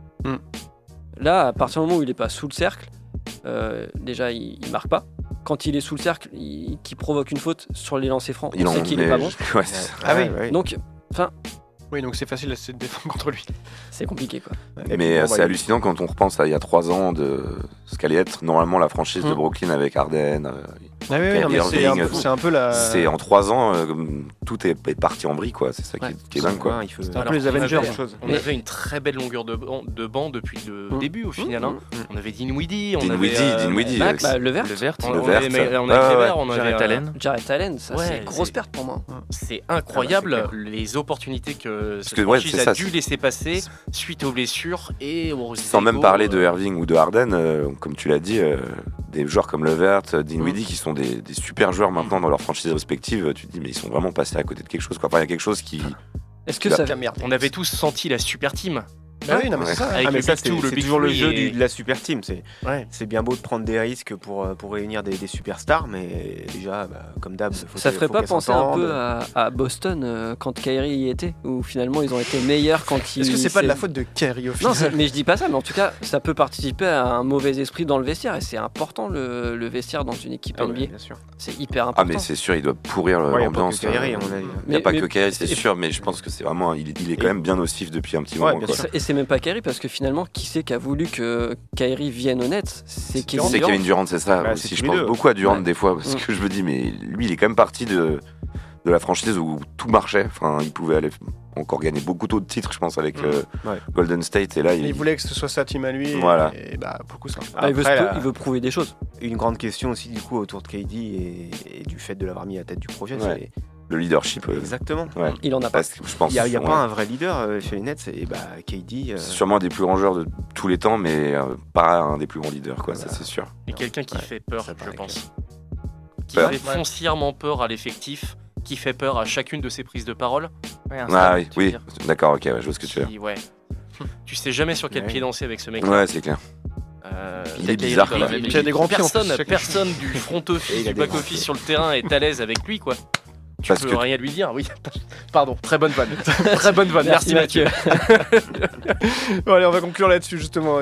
E: là à partir du moment où il est pas sous le cercle, déjà il marque pas. Quand il est sous le cercle, qui provoque une faute sur les lancers francs, on sait qu'il est pas bon.
H: Donc
C: Oui, donc c'est facile de se défendre contre lui.
E: C'est compliqué, quoi.
H: Mais c'est hallucinant quand on repense à il y a 3 ans de ce qu'allait être normalement la franchise de Brooklyn avec Harden.
C: C'est un peu la.
H: C'est en 3 ans, tout est parti en vrille, quoi. C'est ça qui est dingue, quoi.
C: C'est un peu les Avengers.
D: On avait une très belle longueur de banc depuis le début, au final. On avait Dinwiddie, on avait
E: Max, Levert.
D: On avait Levert, on avait
E: Jarrett Allen, ça c'est une grosse perte pour moi.
D: C'est incroyable les opportunités que cette franchise a dû laisser passer suite aux blessures et aux
H: sans même parler de Irving ou de Harden, comme tu l'as dit, des joueurs comme Levert, Dinwiddie qui sont des super joueurs maintenant dans leurs franchises respectives. Tu te dis mais ils sont vraiment passés à côté de quelque chose, quoi. Enfin, il y a quelque chose qui.
E: Est-ce que ça
D: on avait tous senti la super team.
C: Ah oui, non, mais c'est ça.
F: Mais ça, c'est toujours le jeu de la super team. C'est bien beau de prendre des risques pour réunir des superstars, mais déjà, comme d'hab,
E: ça ferait pas penser un peu à Boston quand Kyrie y était, où finalement ils ont été meilleurs quand ils.
C: Est-ce que c'est pas de la faute de Kyrie au final?
E: Non, mais je dis pas ça, mais en tout cas, ça peut participer à un mauvais esprit dans le vestiaire, et c'est important le vestiaire dans une équipe NBA.
F: Oui, bien sûr.
E: C'est hyper important.
H: Ah, mais c'est sûr, il doit pourrir l'ambiance.
F: Il
H: n'y a pas que Kyrie, c'est sûr, mais je pense que c'est vraiment, il est quand même bien nocif depuis un petit moment.
E: Et c'est même pas Kyrie, parce que finalement, qui c'est qui a voulu que Kyrie vienne au Nets? C'est
H: Kevin Durant, c'est ça. Aussi, je pense beaucoup à Durant des fois, parce que je me dis, mais lui, il est quand même parti de la franchise où tout marchait. Enfin, il pouvait aller encore gagner beaucoup d'autres titres, je pense, avec Golden State. Et là,
C: il voulait que ce soit sa team à lui.
H: Voilà.
C: Et beaucoup ça.
E: Il veut prouver des choses.
F: Une grande question aussi, du coup, autour de KD et du fait de l'avoir mis à la tête du projet, c'est
H: le leadership.
F: Exactement.
H: Ouais.
E: Il en a pas.
H: Je pense.
F: Il n'y a pas un vrai leader chez les Nets. Et KD.
H: C'est sûrement un des plus grands joueurs de tous les temps, mais pas un des plus grands leaders, quoi. Voilà. Ça, c'est sûr.
D: Et quelqu'un qui fait peur, je pense. Qui fait foncièrement peur à l'effectif, qui fait peur à chacune de ses prises de parole.
H: Oui, d'accord, ok, je vois ce que tu veux dire.
D: Tu sais jamais sur quel pied danser avec ce mec.
H: Ouais, c'est clair. Il est bizarre.
C: Il y a des grands pieds.
D: Personne du front office, du back office sur le terrain est à l'aise avec lui, quoi. Tu peux rien lui dire, oui. Pardon, très bonne vanne. Très bonne vanne, merci Mathieu.
C: Bon, allez, on va conclure là-dessus, justement.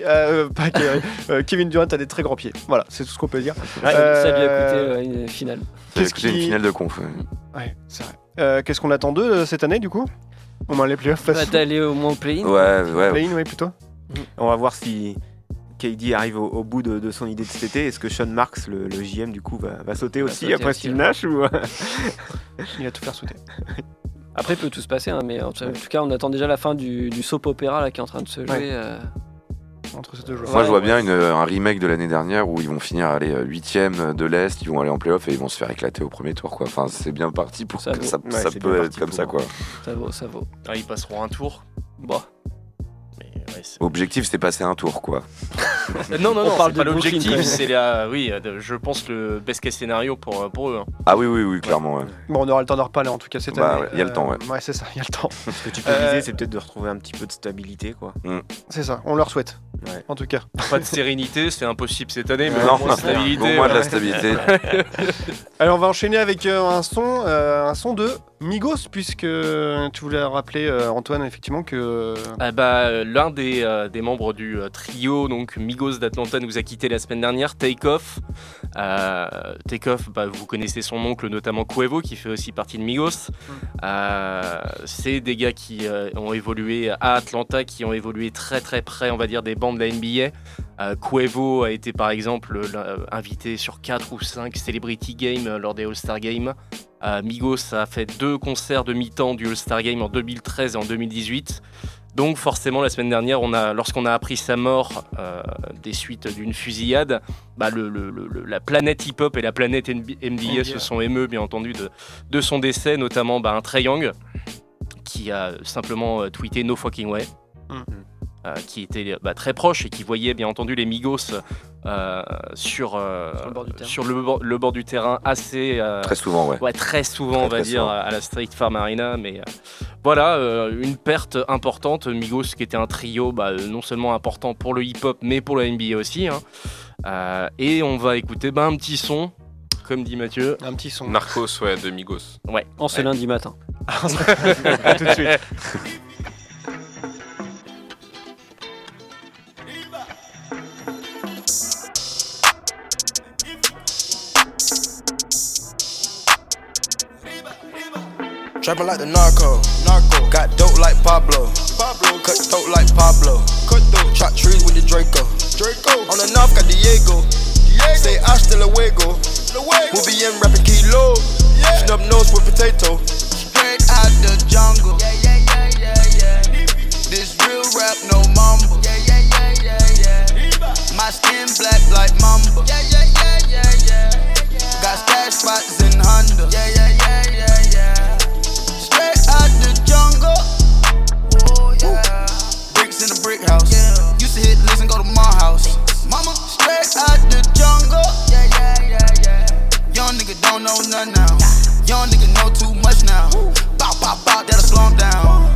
C: Kevin Durant a des très grands pieds. Voilà, c'est tout ce qu'on peut dire.
E: Ça lui a coûté une finale.
H: Ça lui a coûté une finale de conf.
C: Ouais, c'est vrai. Qu'est-ce qu'on attend d'eux cette année, du coup? Au moins les playoffs faciles.
E: D'aller au moins au play-in.
H: Ouais.
C: Play-in, plutôt.
F: On va voir si KD arrive au bout de son idée de cet été. Est-ce que Sean Marks, le JM, du coup, va sauter aussi après Steve Nash ou...
C: Il va tout faire sauter.
E: Après, il peut tout se passer, mais en tout cas, on attend déjà la fin du soap opéra là, qui est en train de se jouer.
C: Entre ces deux joueurs.
H: Moi, je vois bien un remake de l'année dernière où ils vont finir 8ème de l'Est, ils vont aller en playoff et ils vont se faire éclater au premier tour, quoi. Enfin, c'est bien parti pour ça. Ça peut être comme ça, quoi.
E: Ça vaut.
D: Ils passeront un tour.
E: Bon.
H: Objectif, c'est passer un tour, quoi.
D: Non, c'est pas l'objectif, c'est je pense le best case scénario pour eux.
H: Ah oui, clairement. Ouais.
C: Bon, on aura le temps d'en reparler en tout cas cette année.
H: Il y a le temps, ouais.
C: Ouais, c'est ça, il y a le temps.
F: Ce que tu peux viser, c'est peut-être de retrouver un petit peu de stabilité, quoi.
C: C'est ça, on leur souhaite. Ouais. En tout cas.
D: Pas de sérénité, c'est impossible cette année, mais
H: non,
D: au moins de stabilité.
H: Au moins de la stabilité.
C: Alors on va enchaîner avec un son de Migos, puisque tu voulais rappeler Antoine effectivement que
D: l'un des membres du trio donc Migos d'Atlanta nous a quitté la semaine dernière, Takeoff. Takeoff, vous connaissez son oncle notamment Quavo qui fait aussi partie de Migos. C'est des gars qui ont évolué à Atlanta, qui ont évolué très très près, on va dire, des bancs de la NBA. Quavo a été par exemple invité sur 4 ou 5 Celebrity Games lors des All-Star Games. Migos a fait 2 concerts de mi-temps du All-Star Game en 2013 et en 2018. Donc forcément la semaine dernière, lorsqu'on a appris sa mort des suites d'une fusillade, la planète hip-hop et la planète NBA se sont émeux bien entendu de son décès, notamment un Trae Young qui a simplement tweeté No Fucking Way. Qui était très proche et qui voyait bien entendu les Migos sur le bord du terrain assez
H: très souvent
D: très souvent on va dire souvent. À la State Farm Arena, mais voilà une perte importante. Migos qui était un trio non seulement important pour le hip-hop mais pour la NBA aussi, et on va écouter un petit son comme dit Mathieu,
C: un petit son
I: Narcos de Migos
E: en ce lundi matin.
C: À tout de suite.
J: Trapping like the narco. Got dope like Pablo. Cut throat like Pablo. Chop trees with the Draco. On the north got Diego. Say hasta luego. We'll be in rapping kilo. Snub nose with potato. Straight out the jungle. This real rap, no mumble. My skin black like mamba. Got stash spots in Honda. Straight out the jungle. Bricks in a brick house. Used to hit listen, go to my house. Mama, straight out the jungle. Young nigga don't know none now. Young nigga know too much now. Bow, bow, bow, that'll slow him down.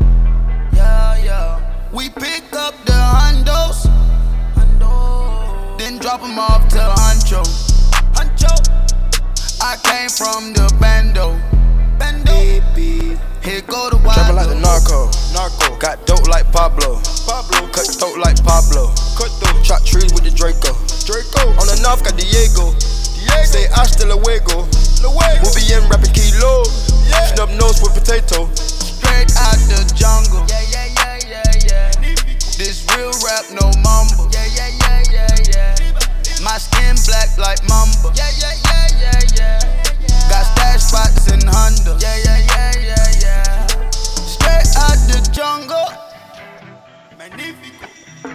J: We pick up the hundos, then drop them off to Huncho. I came from the bando. Here go the wild. Trapping like the narco. Got dope like Pablo. Cut throat like Pablo. Chop trees with the Draco. On the north got Diego. Say hasta luego. We'll be in rapping kilo. Snub nose with potato. Straight out the jungle. This real rap, no mumble. My skin black like mamba. Got stash spots in Honda. Straight out the jungle. Magnifico.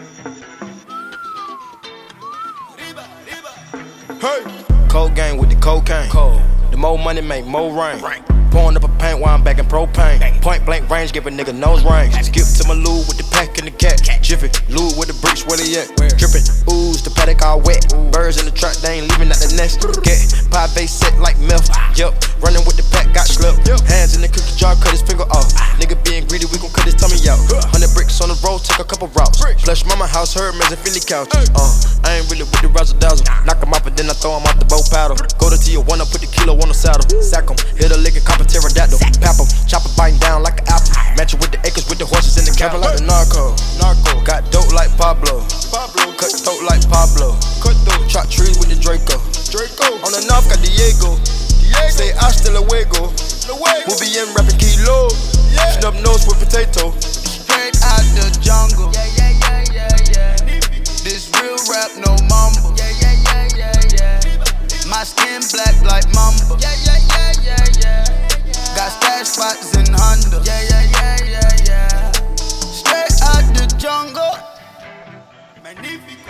J: Hey. Cold gang with the cocaine. Cold. The more money make more rain. Pouring up a paint while I'm back in propane. Point blank range, give a nigga nose range. Skip to my loo with the pack and the cat. Jiffy, loo with the bricks, where they at? Drippin', ooze, the paddock all wet. Birds in the truck, they ain't leaving out the nest. Get pie base set like milk. Yup, running with the pack, got slipped. Hands in the cookie jar, cut his finger off. Nigga being greedy, we gon' cut his tummy out. 100 bricks on the road, take a couple routes. Flush mama house, Hermes and Philly couch. I ain't really with the razzle dazzle. Knock him off and then I throw him off the bow paddle. Go to Tijuana, put the kilo on the saddle. Sack him, hit a lick and cop a pterodactyl. Pap him, chop it, biting down like an apple. Match it with the acres, with the horses in the cattle. Like the narco. Got dope like Pablo. Cut throat like Pablo. Chop trees with the Draco. On the north got Diego. Say hasta luego. We'll be in rapping kilo. Snub nose with potato. Straight out the jungle. This real rap, no mumble. My skin black like mamba. Got stash spots in Honda. Straight out the jungle. Magnifico.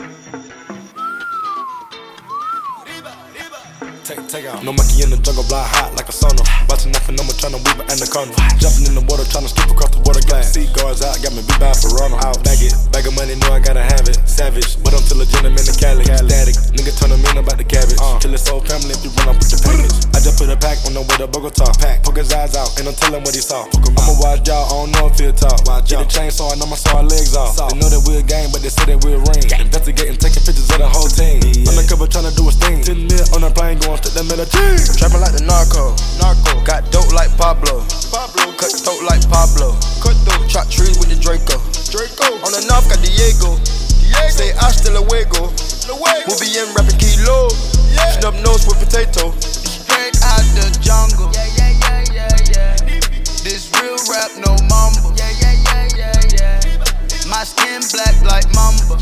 J: Take out. No monkey in the jungle, blind hot like a sauna. Watching nothing, I'm trying to weave an anaconda. Jumping in the water, trying to skip across the water glass. Sea guards out, got me beat by Ferrano. I'll bag it, bag of money, know I gotta have it. Savage, but I'm still a gentleman in Cali. Static, nigga turn him in about the cabbage. Kill his whole family if you run up with the package. I just put a pack on the way to Bogota. Poke his eyes out, and I'm telling what he saw. I'ma watch y'all, I don't know if he'll talk. Get a chainsaw, and I'ma saw our legs off. They know that we're a gang, but they say that we're a ring. Investigating, taking pictures of the whole team. Undercover trying to do his thing. 10 mil on a plane, going straight to military. Trapping like the narco. Got dope like Pablo. Cut throat like Pablo. Chop trees with the Draco. On the north got Diego. Say hasta luego. We'll be in rapping kilo. Snub nose with potato. Straight out the jungle. This real rap, no mumble. My skin black like mamba.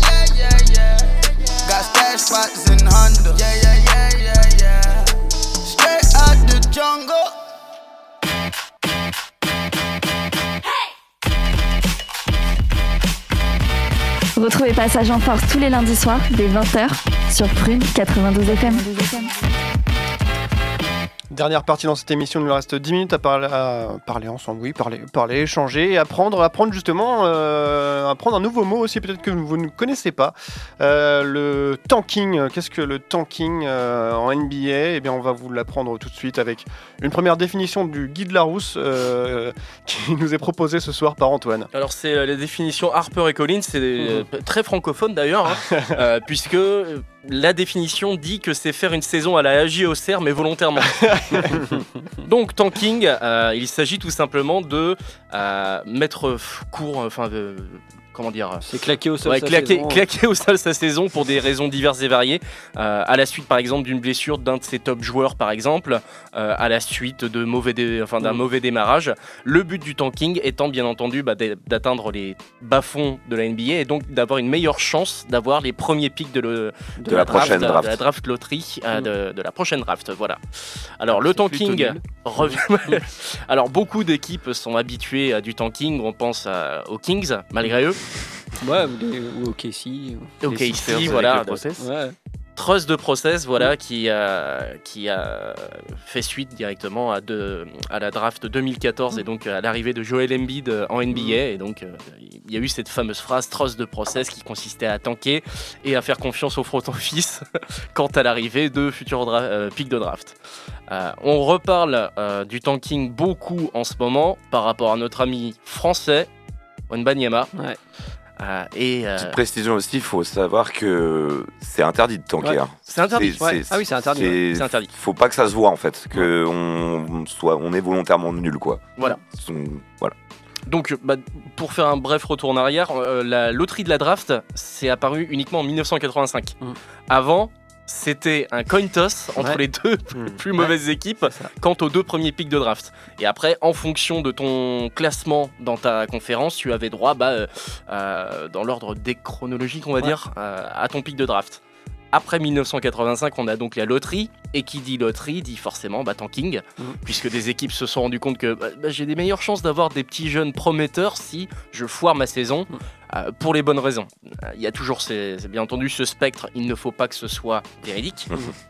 J: Got stash spots in Honda. Straight out the jungle.
B: Retrouvez Passage en Force tous les lundis soirs dès 20h sur Prune 92 FM.
C: Dernière partie dans cette émission, il nous reste 10 minutes à parler ensemble, oui, parler, échanger, apprendre justement, apprendre un nouveau mot aussi, peut-être que vous ne connaissez pas, le tanking. Qu'est-ce que le tanking en NBA ? Eh bien, on va vous l'apprendre tout de suite avec une première définition du Guy de Larousse qui nous est proposée ce soir par Antoine.
D: Alors, c'est les définitions Harper et Collins, c'est très francophone d'ailleurs, hein, puisque la définition dit que c'est faire une saison à la AJ Auxerre, mais volontairement. Donc tanking, il s'agit tout simplement de mettre court, comment dire,
E: c'est claqué au sol
D: claqué au sol sa saison pour des raisons diverses et variées, à la suite par exemple d'une blessure d'un de ses top joueurs par exemple, à la suite de d'un mauvais démarrage. Le but du tanking étant bien entendu d'atteindre les bas-fonds de la NBA et donc d'avoir une meilleure chance d'avoir les premiers pics de la draft loterie de la prochaine draft. Voilà. Alors le tanking revient. Alors beaucoup d'équipes sont habituées à du tanking. On pense aux Kings malgré eux.
E: Ouais, ou au KC.
D: Au KC, voilà. Trust de process, voilà, qui a fait suite directement à la draft 2014 et donc à l'arrivée de Joel Embiid en NBA. Et donc il y a eu cette fameuse phrase trust de process qui consistait à tanker et à faire confiance au front office quant à l'arrivée de futurs pics de draft. On reparle du tanking beaucoup en ce moment par rapport à notre ami français Wembanyama.
E: Ouais.
H: Petite précision aussi, il faut savoir que c'est interdit de tanker.
D: Ouais. C'est interdit.
E: C'est interdit.
D: C'est interdit.
H: Faut pas que ça se voit en fait, on est volontairement nul quoi.
D: Voilà. Donc, pour faire un bref retour en arrière, la loterie de la draft, c'est apparu uniquement en 1985. Avant, c'était un coin toss entre les deux plus mauvaises équipes quant aux 2 premiers pics de draft. Et après, en fonction de ton classement dans ta conférence, tu avais droit, dans l'ordre chronologique, on va dire, à ton pic de draft. Après 1985, on a donc la loterie, et qui dit loterie dit forcément tanking, puisque des équipes se sont rendues compte que j'ai des meilleures chances d'avoir des petits jeunes prometteurs si je foire ma saison, pour les bonnes raisons. Il y a toujours, c'est bien entendu, ce spectre, il ne faut pas que ce soit véridique.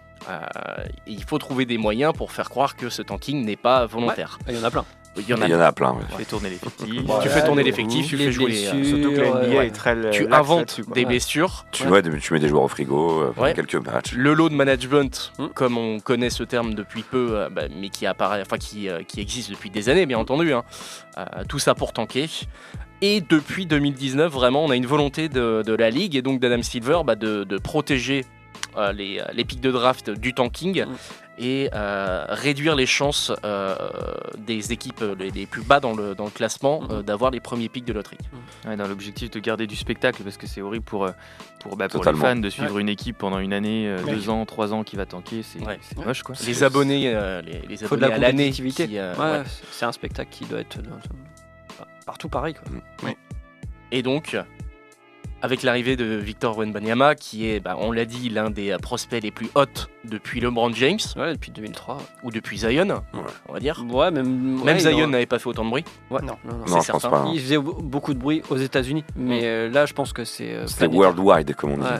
D: Il faut trouver des moyens pour faire croire que ce tanking n'est pas volontaire.
E: Il y en a plein.
H: Il y en a plein.
G: Tu fais tourner l'effectif.
D: Tu fais tourner l'effectif, tu fais jouer
F: surtout que la NBA est très.
D: Tu inventes des blessures.
H: Tu mets des joueurs au frigo, quelques matchs.
D: Le load management, comme on connaît ce terme depuis peu, mais qui apparaît, qui existe depuis des années, bien entendu. Tout ça pour tanker. Et depuis 2019, vraiment, on a une volonté de la ligue et donc d'Adam Silver de protéger les pics de draft du tanking et réduire les chances des équipes les plus bas dans le classement d'avoir les premiers pics de loterie.
G: Dans l'objectif de garder du spectacle, parce que c'est horrible pour les fans de suivre une équipe pendant une année, 2 ans, 3 ans qui va tanker, c'est moche quoi.
D: Les abonnés, les abonnés à l'année.
E: C'est un spectacle qui doit être partout pareil quoi.
D: Et donc, avec l'arrivée de Victor Wembanyama, qui est, on l'a dit, l'un des prospects les plus hot depuis LeBron James.
E: Ouais, depuis 2003.
D: Ou depuis Zion, on va dire.
E: Ouais, même
D: Zion n'avait pas fait autant de bruit.
E: Ouais, non,
H: c'est certain. Pas,
E: il faisait beaucoup de bruit aux États-Unis, mais là, je pense que c'est.
H: C'est worldwide, comme on dit.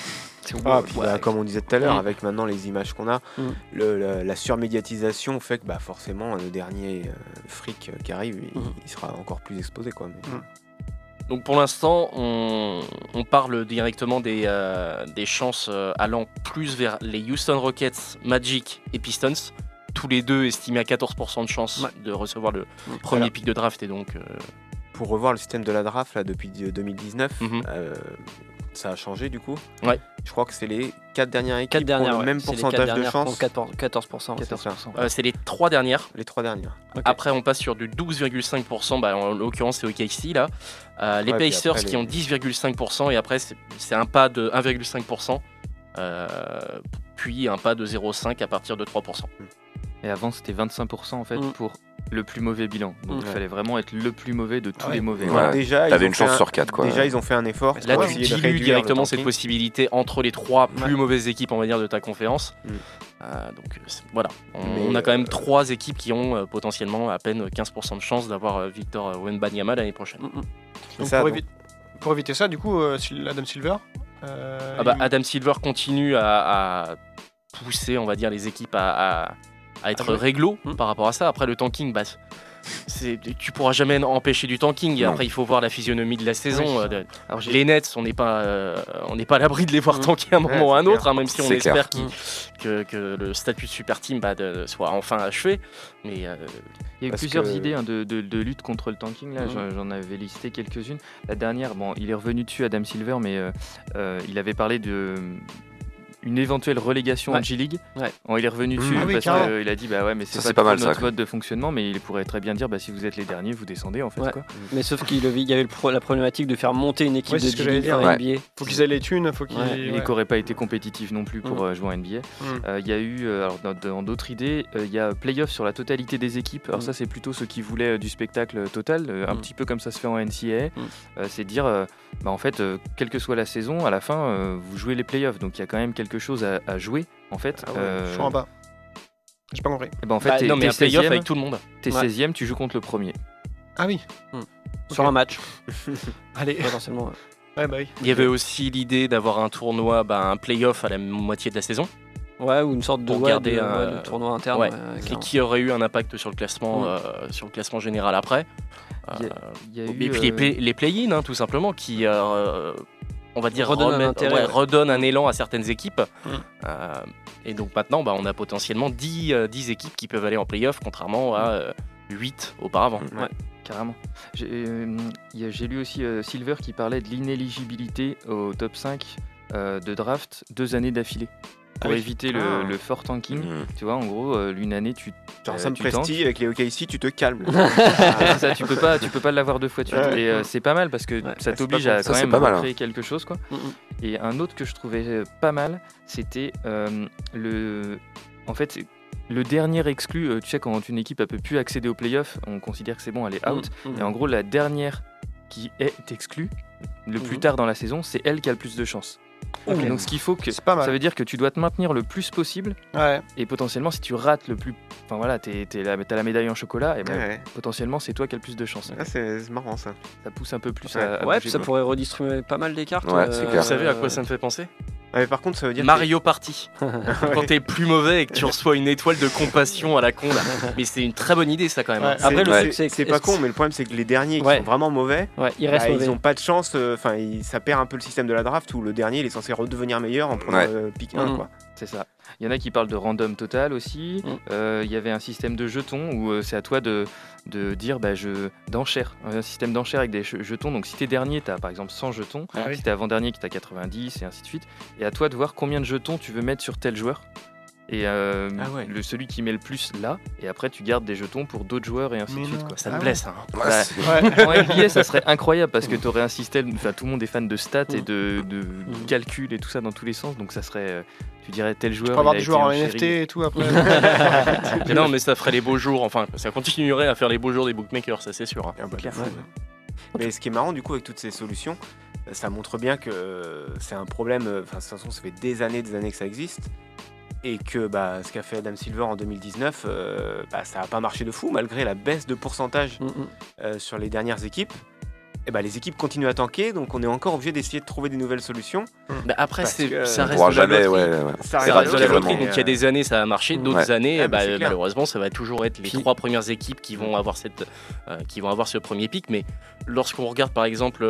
F: Comme on disait tout à l'heure, avec maintenant les images qu'on a, la surmédiatisation fait que forcément le dernier fric qui arrive, il sera encore plus exposé quoi.
D: Donc pour l'instant, on parle directement des chances allant plus vers les Houston Rockets, Magic et Pistons, tous les deux estimés à 14% de chance de recevoir le premier pick de draft. Et donc,
F: pour revoir le système de la draft là, depuis 2019, ça a changé du coup.
D: Ouais.
F: Je crois que c'est les 4 dernières équipes qui ont le même pourcentage de chance.
E: 14%.
D: C'est les 3 dernières.
F: Les 3 dernières.
D: Okay. Après, on passe sur du 12,5%. En l'occurrence, c'est OKC là. Les Pacers qui ont 10,5%. Et après, c'est un pas de 1,5%. Puis un pas de 0,5% à partir de 3%.
G: Et avant, c'était 25% en fait pour le plus mauvais bilan. Donc il fallait vraiment être le plus mauvais de tous les mauvais.
H: Ouais. Déjà, t'avais une chance sur 4 quoi.
F: Déjà, ils ont fait un effort.
D: Là, tu dilues directement cette possibilité entre les 3 plus mauvaises équipes, on va dire, de ta conférence. Donc voilà, on a quand même 3 équipes qui ont potentiellement à peine 15% de chance d'avoir Victor Wembanyama l'année prochaine.
C: Donc, pour éviter ça, du coup, Adam Silver
D: Adam Silver continue à pousser, on va dire, les équipes à être réglo par rapport à ça. Après le tanking, tu pourras jamais empêcher du tanking. Non. Après il faut voir la physionomie de la saison. Alors, les Nets, on n'est pas à l'abri de les voir tanker à un moment ou à un autre, même si on espère que le statut de super team soit enfin achevé. Mais
G: il y a eu plusieurs idées de lutte contre le tanking. Là, j'en avais listé quelques-unes. La dernière, il est revenu dessus, Adam Silver, mais il avait parlé une éventuelle relégation en G-League. Il est revenu dessus parce qu'il a dit mais c'est
H: pas mal
G: notre mode de fonctionnement, mais il pourrait très bien dire si vous êtes les derniers, vous descendez en fait. Quoi.
E: Mais sauf qu'il y avait la problématique de faire monter une équipe de G-League en NBA.
C: Faut qu'ils aient les thunes,
G: et qui n'aurait pas été compétitif non plus pour jouer en NBA. Il y a eu, dans d'autres idées, il y a playoff sur la totalité des équipes. Alors ça, c'est plutôt ceux qui voulaient du spectacle total, un petit peu comme ça se fait en NCAA. C'est dire, en fait, quelle que soit la saison, à la fin, vous jouez les playoffs. Donc il y a quand même quelque chose à jouer, en fait.
C: Je suis en bas. J'ai pas compris.
D: En fait, t'es un playoff avec tout le monde.
G: T'es 16ème, tu joues contre le premier.
C: Ah oui.
E: Sur un match.
C: Allez.
E: Potentiellement.
C: Oui.
D: Il y avait aussi l'idée d'avoir un tournoi, un playoff à la moitié de la saison.
E: Ou une sorte de garder un tournoi interne.
D: Qui aurait eu un impact sur le classement, général après. Et puis les play-in, tout simplement, qui on va dire redonne un élan à certaines équipes. Et donc maintenant, on a potentiellement 10 équipes qui peuvent aller en play-off, contrairement à 8 auparavant.
G: Carrément. J'ai lu aussi Silver qui parlait de l'inéligibilité au top 5 de draft 2 années d'affilée. Pour éviter le fort tanking, tu vois, en gros, une année tu
F: Sam Presti avec les OKC, tu te calmes.
G: Ça, tu peux pas l'avoir 2 fois de suite. Et c'est pas mal parce que ça t'oblige à quand même créer quelque chose, quoi. Et un autre que je trouvais pas mal, c'était en fait, le dernier exclu. Tu sais, quand une équipe ne peut plus accéder aux playoffs, on considère que c'est bon, elle est out. Et en gros, la dernière qui est exclue, le plus tard dans la saison, c'est elle qui a le plus de chance. Okay. Donc ce qu'il faut ça veut dire que tu dois te maintenir le plus possible et potentiellement si tu rates le plus, t'as la médaille en chocolat et potentiellement c'est toi qui as le plus de chance.
F: C'est marrant ça.
G: Ça pousse un peu plus
E: à bouger, ça pourrait redistribuer pas mal des cartes.
D: Vous savez à quoi ça me fait penser?
F: Mais par contre, ça veut dire
D: Mario Party. Quand t'es plus mauvais et que tu reçois une étoile de compassion à la con, là. Mais c'est une très bonne idée, ça, quand même.
F: Après, c'est pas con, mais le problème, c'est que les derniers qui sont vraiment mauvais, ils ont pas de chance. Ça perd un peu le système de la draft où le dernier, il est censé redevenir meilleur en prenant pick 1.
G: C'est ça. Il y en a qui parlent de random total aussi. Il y avait un système de jetons où c'est à toi de dire d'enchères. Un système d'enchères avec des jetons. Donc si t'es dernier, t'as par exemple 100 jetons. Si t'es avant-dernier, t'as 90 et ainsi de suite. Et à toi de voir combien de jetons tu veux mettre sur tel joueur. Et celui qui met le plus là, et après tu gardes des jetons pour d'autres joueurs et ainsi de suite. Quoi.
D: Ça te blesse.
G: En NBA, ça serait incroyable parce que tu aurais un système, tout le monde est fan de stats et de calcul et tout ça dans tous les sens, donc ça serait, tu dirais tel joueur.
C: Tu peux avoir des joueurs en NFT et tout après.
D: Mais non, mais ça ferait les beaux jours, ça continuerait à faire les beaux jours des bookmakers, ça c'est sûr.
F: Mais ce qui est marrant du coup avec toutes ces solutions, ça montre bien que c'est un problème, de toute façon ça fait des années que ça existe. Et que ce qu'a fait Adam Silver en 2019, ça n'a pas marché de fou, malgré la baisse de pourcentage sur les dernières équipes. Et les équipes continuent à tanker, donc on est encore obligé d'essayer de trouver des nouvelles solutions.
D: Après, ça reste de la loterie. Ça reste de la loterie, donc il y a des années ça a marché, d'autres années, malheureusement, ça va toujours être les 3 premières équipes qui vont avoir ce premier pic. Mais lorsqu'on regarde par exemple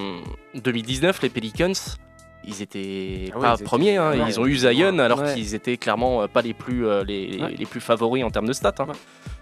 D: 2019, les Pelicans, ils étaient pas premiers, ils ont eu Zion alors qu'ils étaient clairement pas les plus favoris en termes de stats. Donc,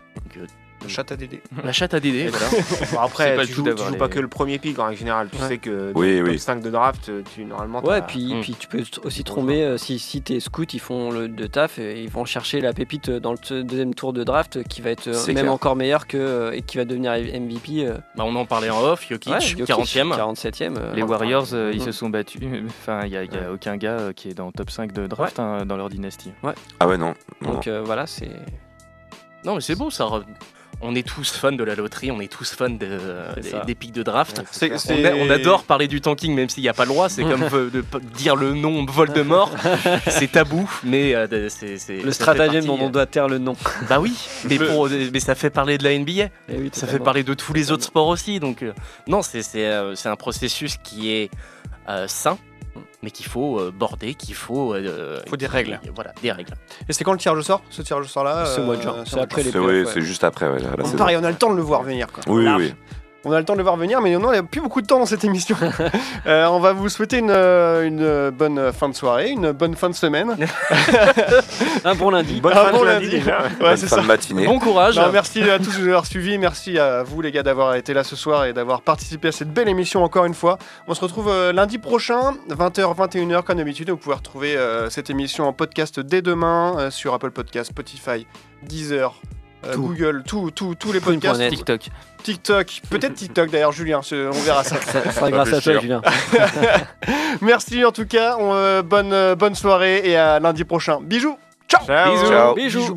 C: la chatte à Dédé.
D: La chatte à Dédé, voilà.
F: Après, tu joues pas que le premier pick en général. Tu sais que top 5 de draft, normalement.
E: Puis tu peux aussi tromber si tes scouts ils font le taf et ils vont chercher la pépite dans le deuxième tour de draft qui va être même encore meilleur et qui va devenir MVP.
D: On en parlait en off, Jokic 40e.
E: 47e.
G: Les Warriors, ils se sont battus. Enfin, il n'y a aucun gars qui est dans le top 5 de draft dans leur dynastie.
H: Ah ouais, non.
E: Donc voilà, c'est.
D: Non, mais c'est beau ça. On est tous fans de la loterie, on est tous fans des pics de draft. On adore parler du tanking, même s'il n'y a pas le droit. C'est comme de dire le nom Voldemort. C'est tabou, mais c'est
E: le stratagème dont on doit taire le nom.
D: Bah oui, mais ça fait parler de la NBA. Ça fait parler de tous les autres sports aussi. Donc non, c'est un processus qui est sain, mais qu'il faut border, qu'il faut
C: des règles.
D: Voilà, des règles.
C: Et c'est quand le tirage au sort? Ce tirage au sort là
E: c'est au mois de juin.
H: C'est après les playoffs. C'est juste après.
C: Pareil, on a le temps de le voir venir. Quoi.
H: Oui.
C: On a le temps de le voir venir, mais on n'a plus beaucoup de temps dans cette émission. On va vous souhaiter une bonne fin de soirée, une bonne fin de semaine.
E: Un bon lundi.
F: Bonne fin de lundi déjà.
H: Bonne fin de matinée.
E: Bon courage.
C: Merci à tous de nous avoir suivis. Merci à vous les gars d'avoir été là ce soir et d'avoir participé à cette belle émission encore une fois. On se retrouve lundi prochain, 20h, 21h comme d'habitude. Vous pouvez retrouver cette émission en podcast dès demain sur Apple Podcasts, Spotify, Deezer, Google, tous les podcasts. TikTok, peut-être TikTok d'ailleurs, Julien, on verra ça.
E: Ça sera grâce à toi, Julien.
C: Merci en tout cas, bonne soirée et à lundi prochain. Bisous. Ciao.
E: Bisous.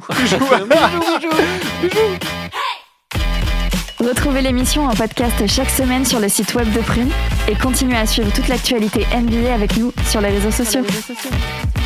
B: Retrouvez l'émission en podcast chaque semaine sur le site web de Prune et continuez à suivre toute l'actualité NBA avec nous sur les réseaux sociaux.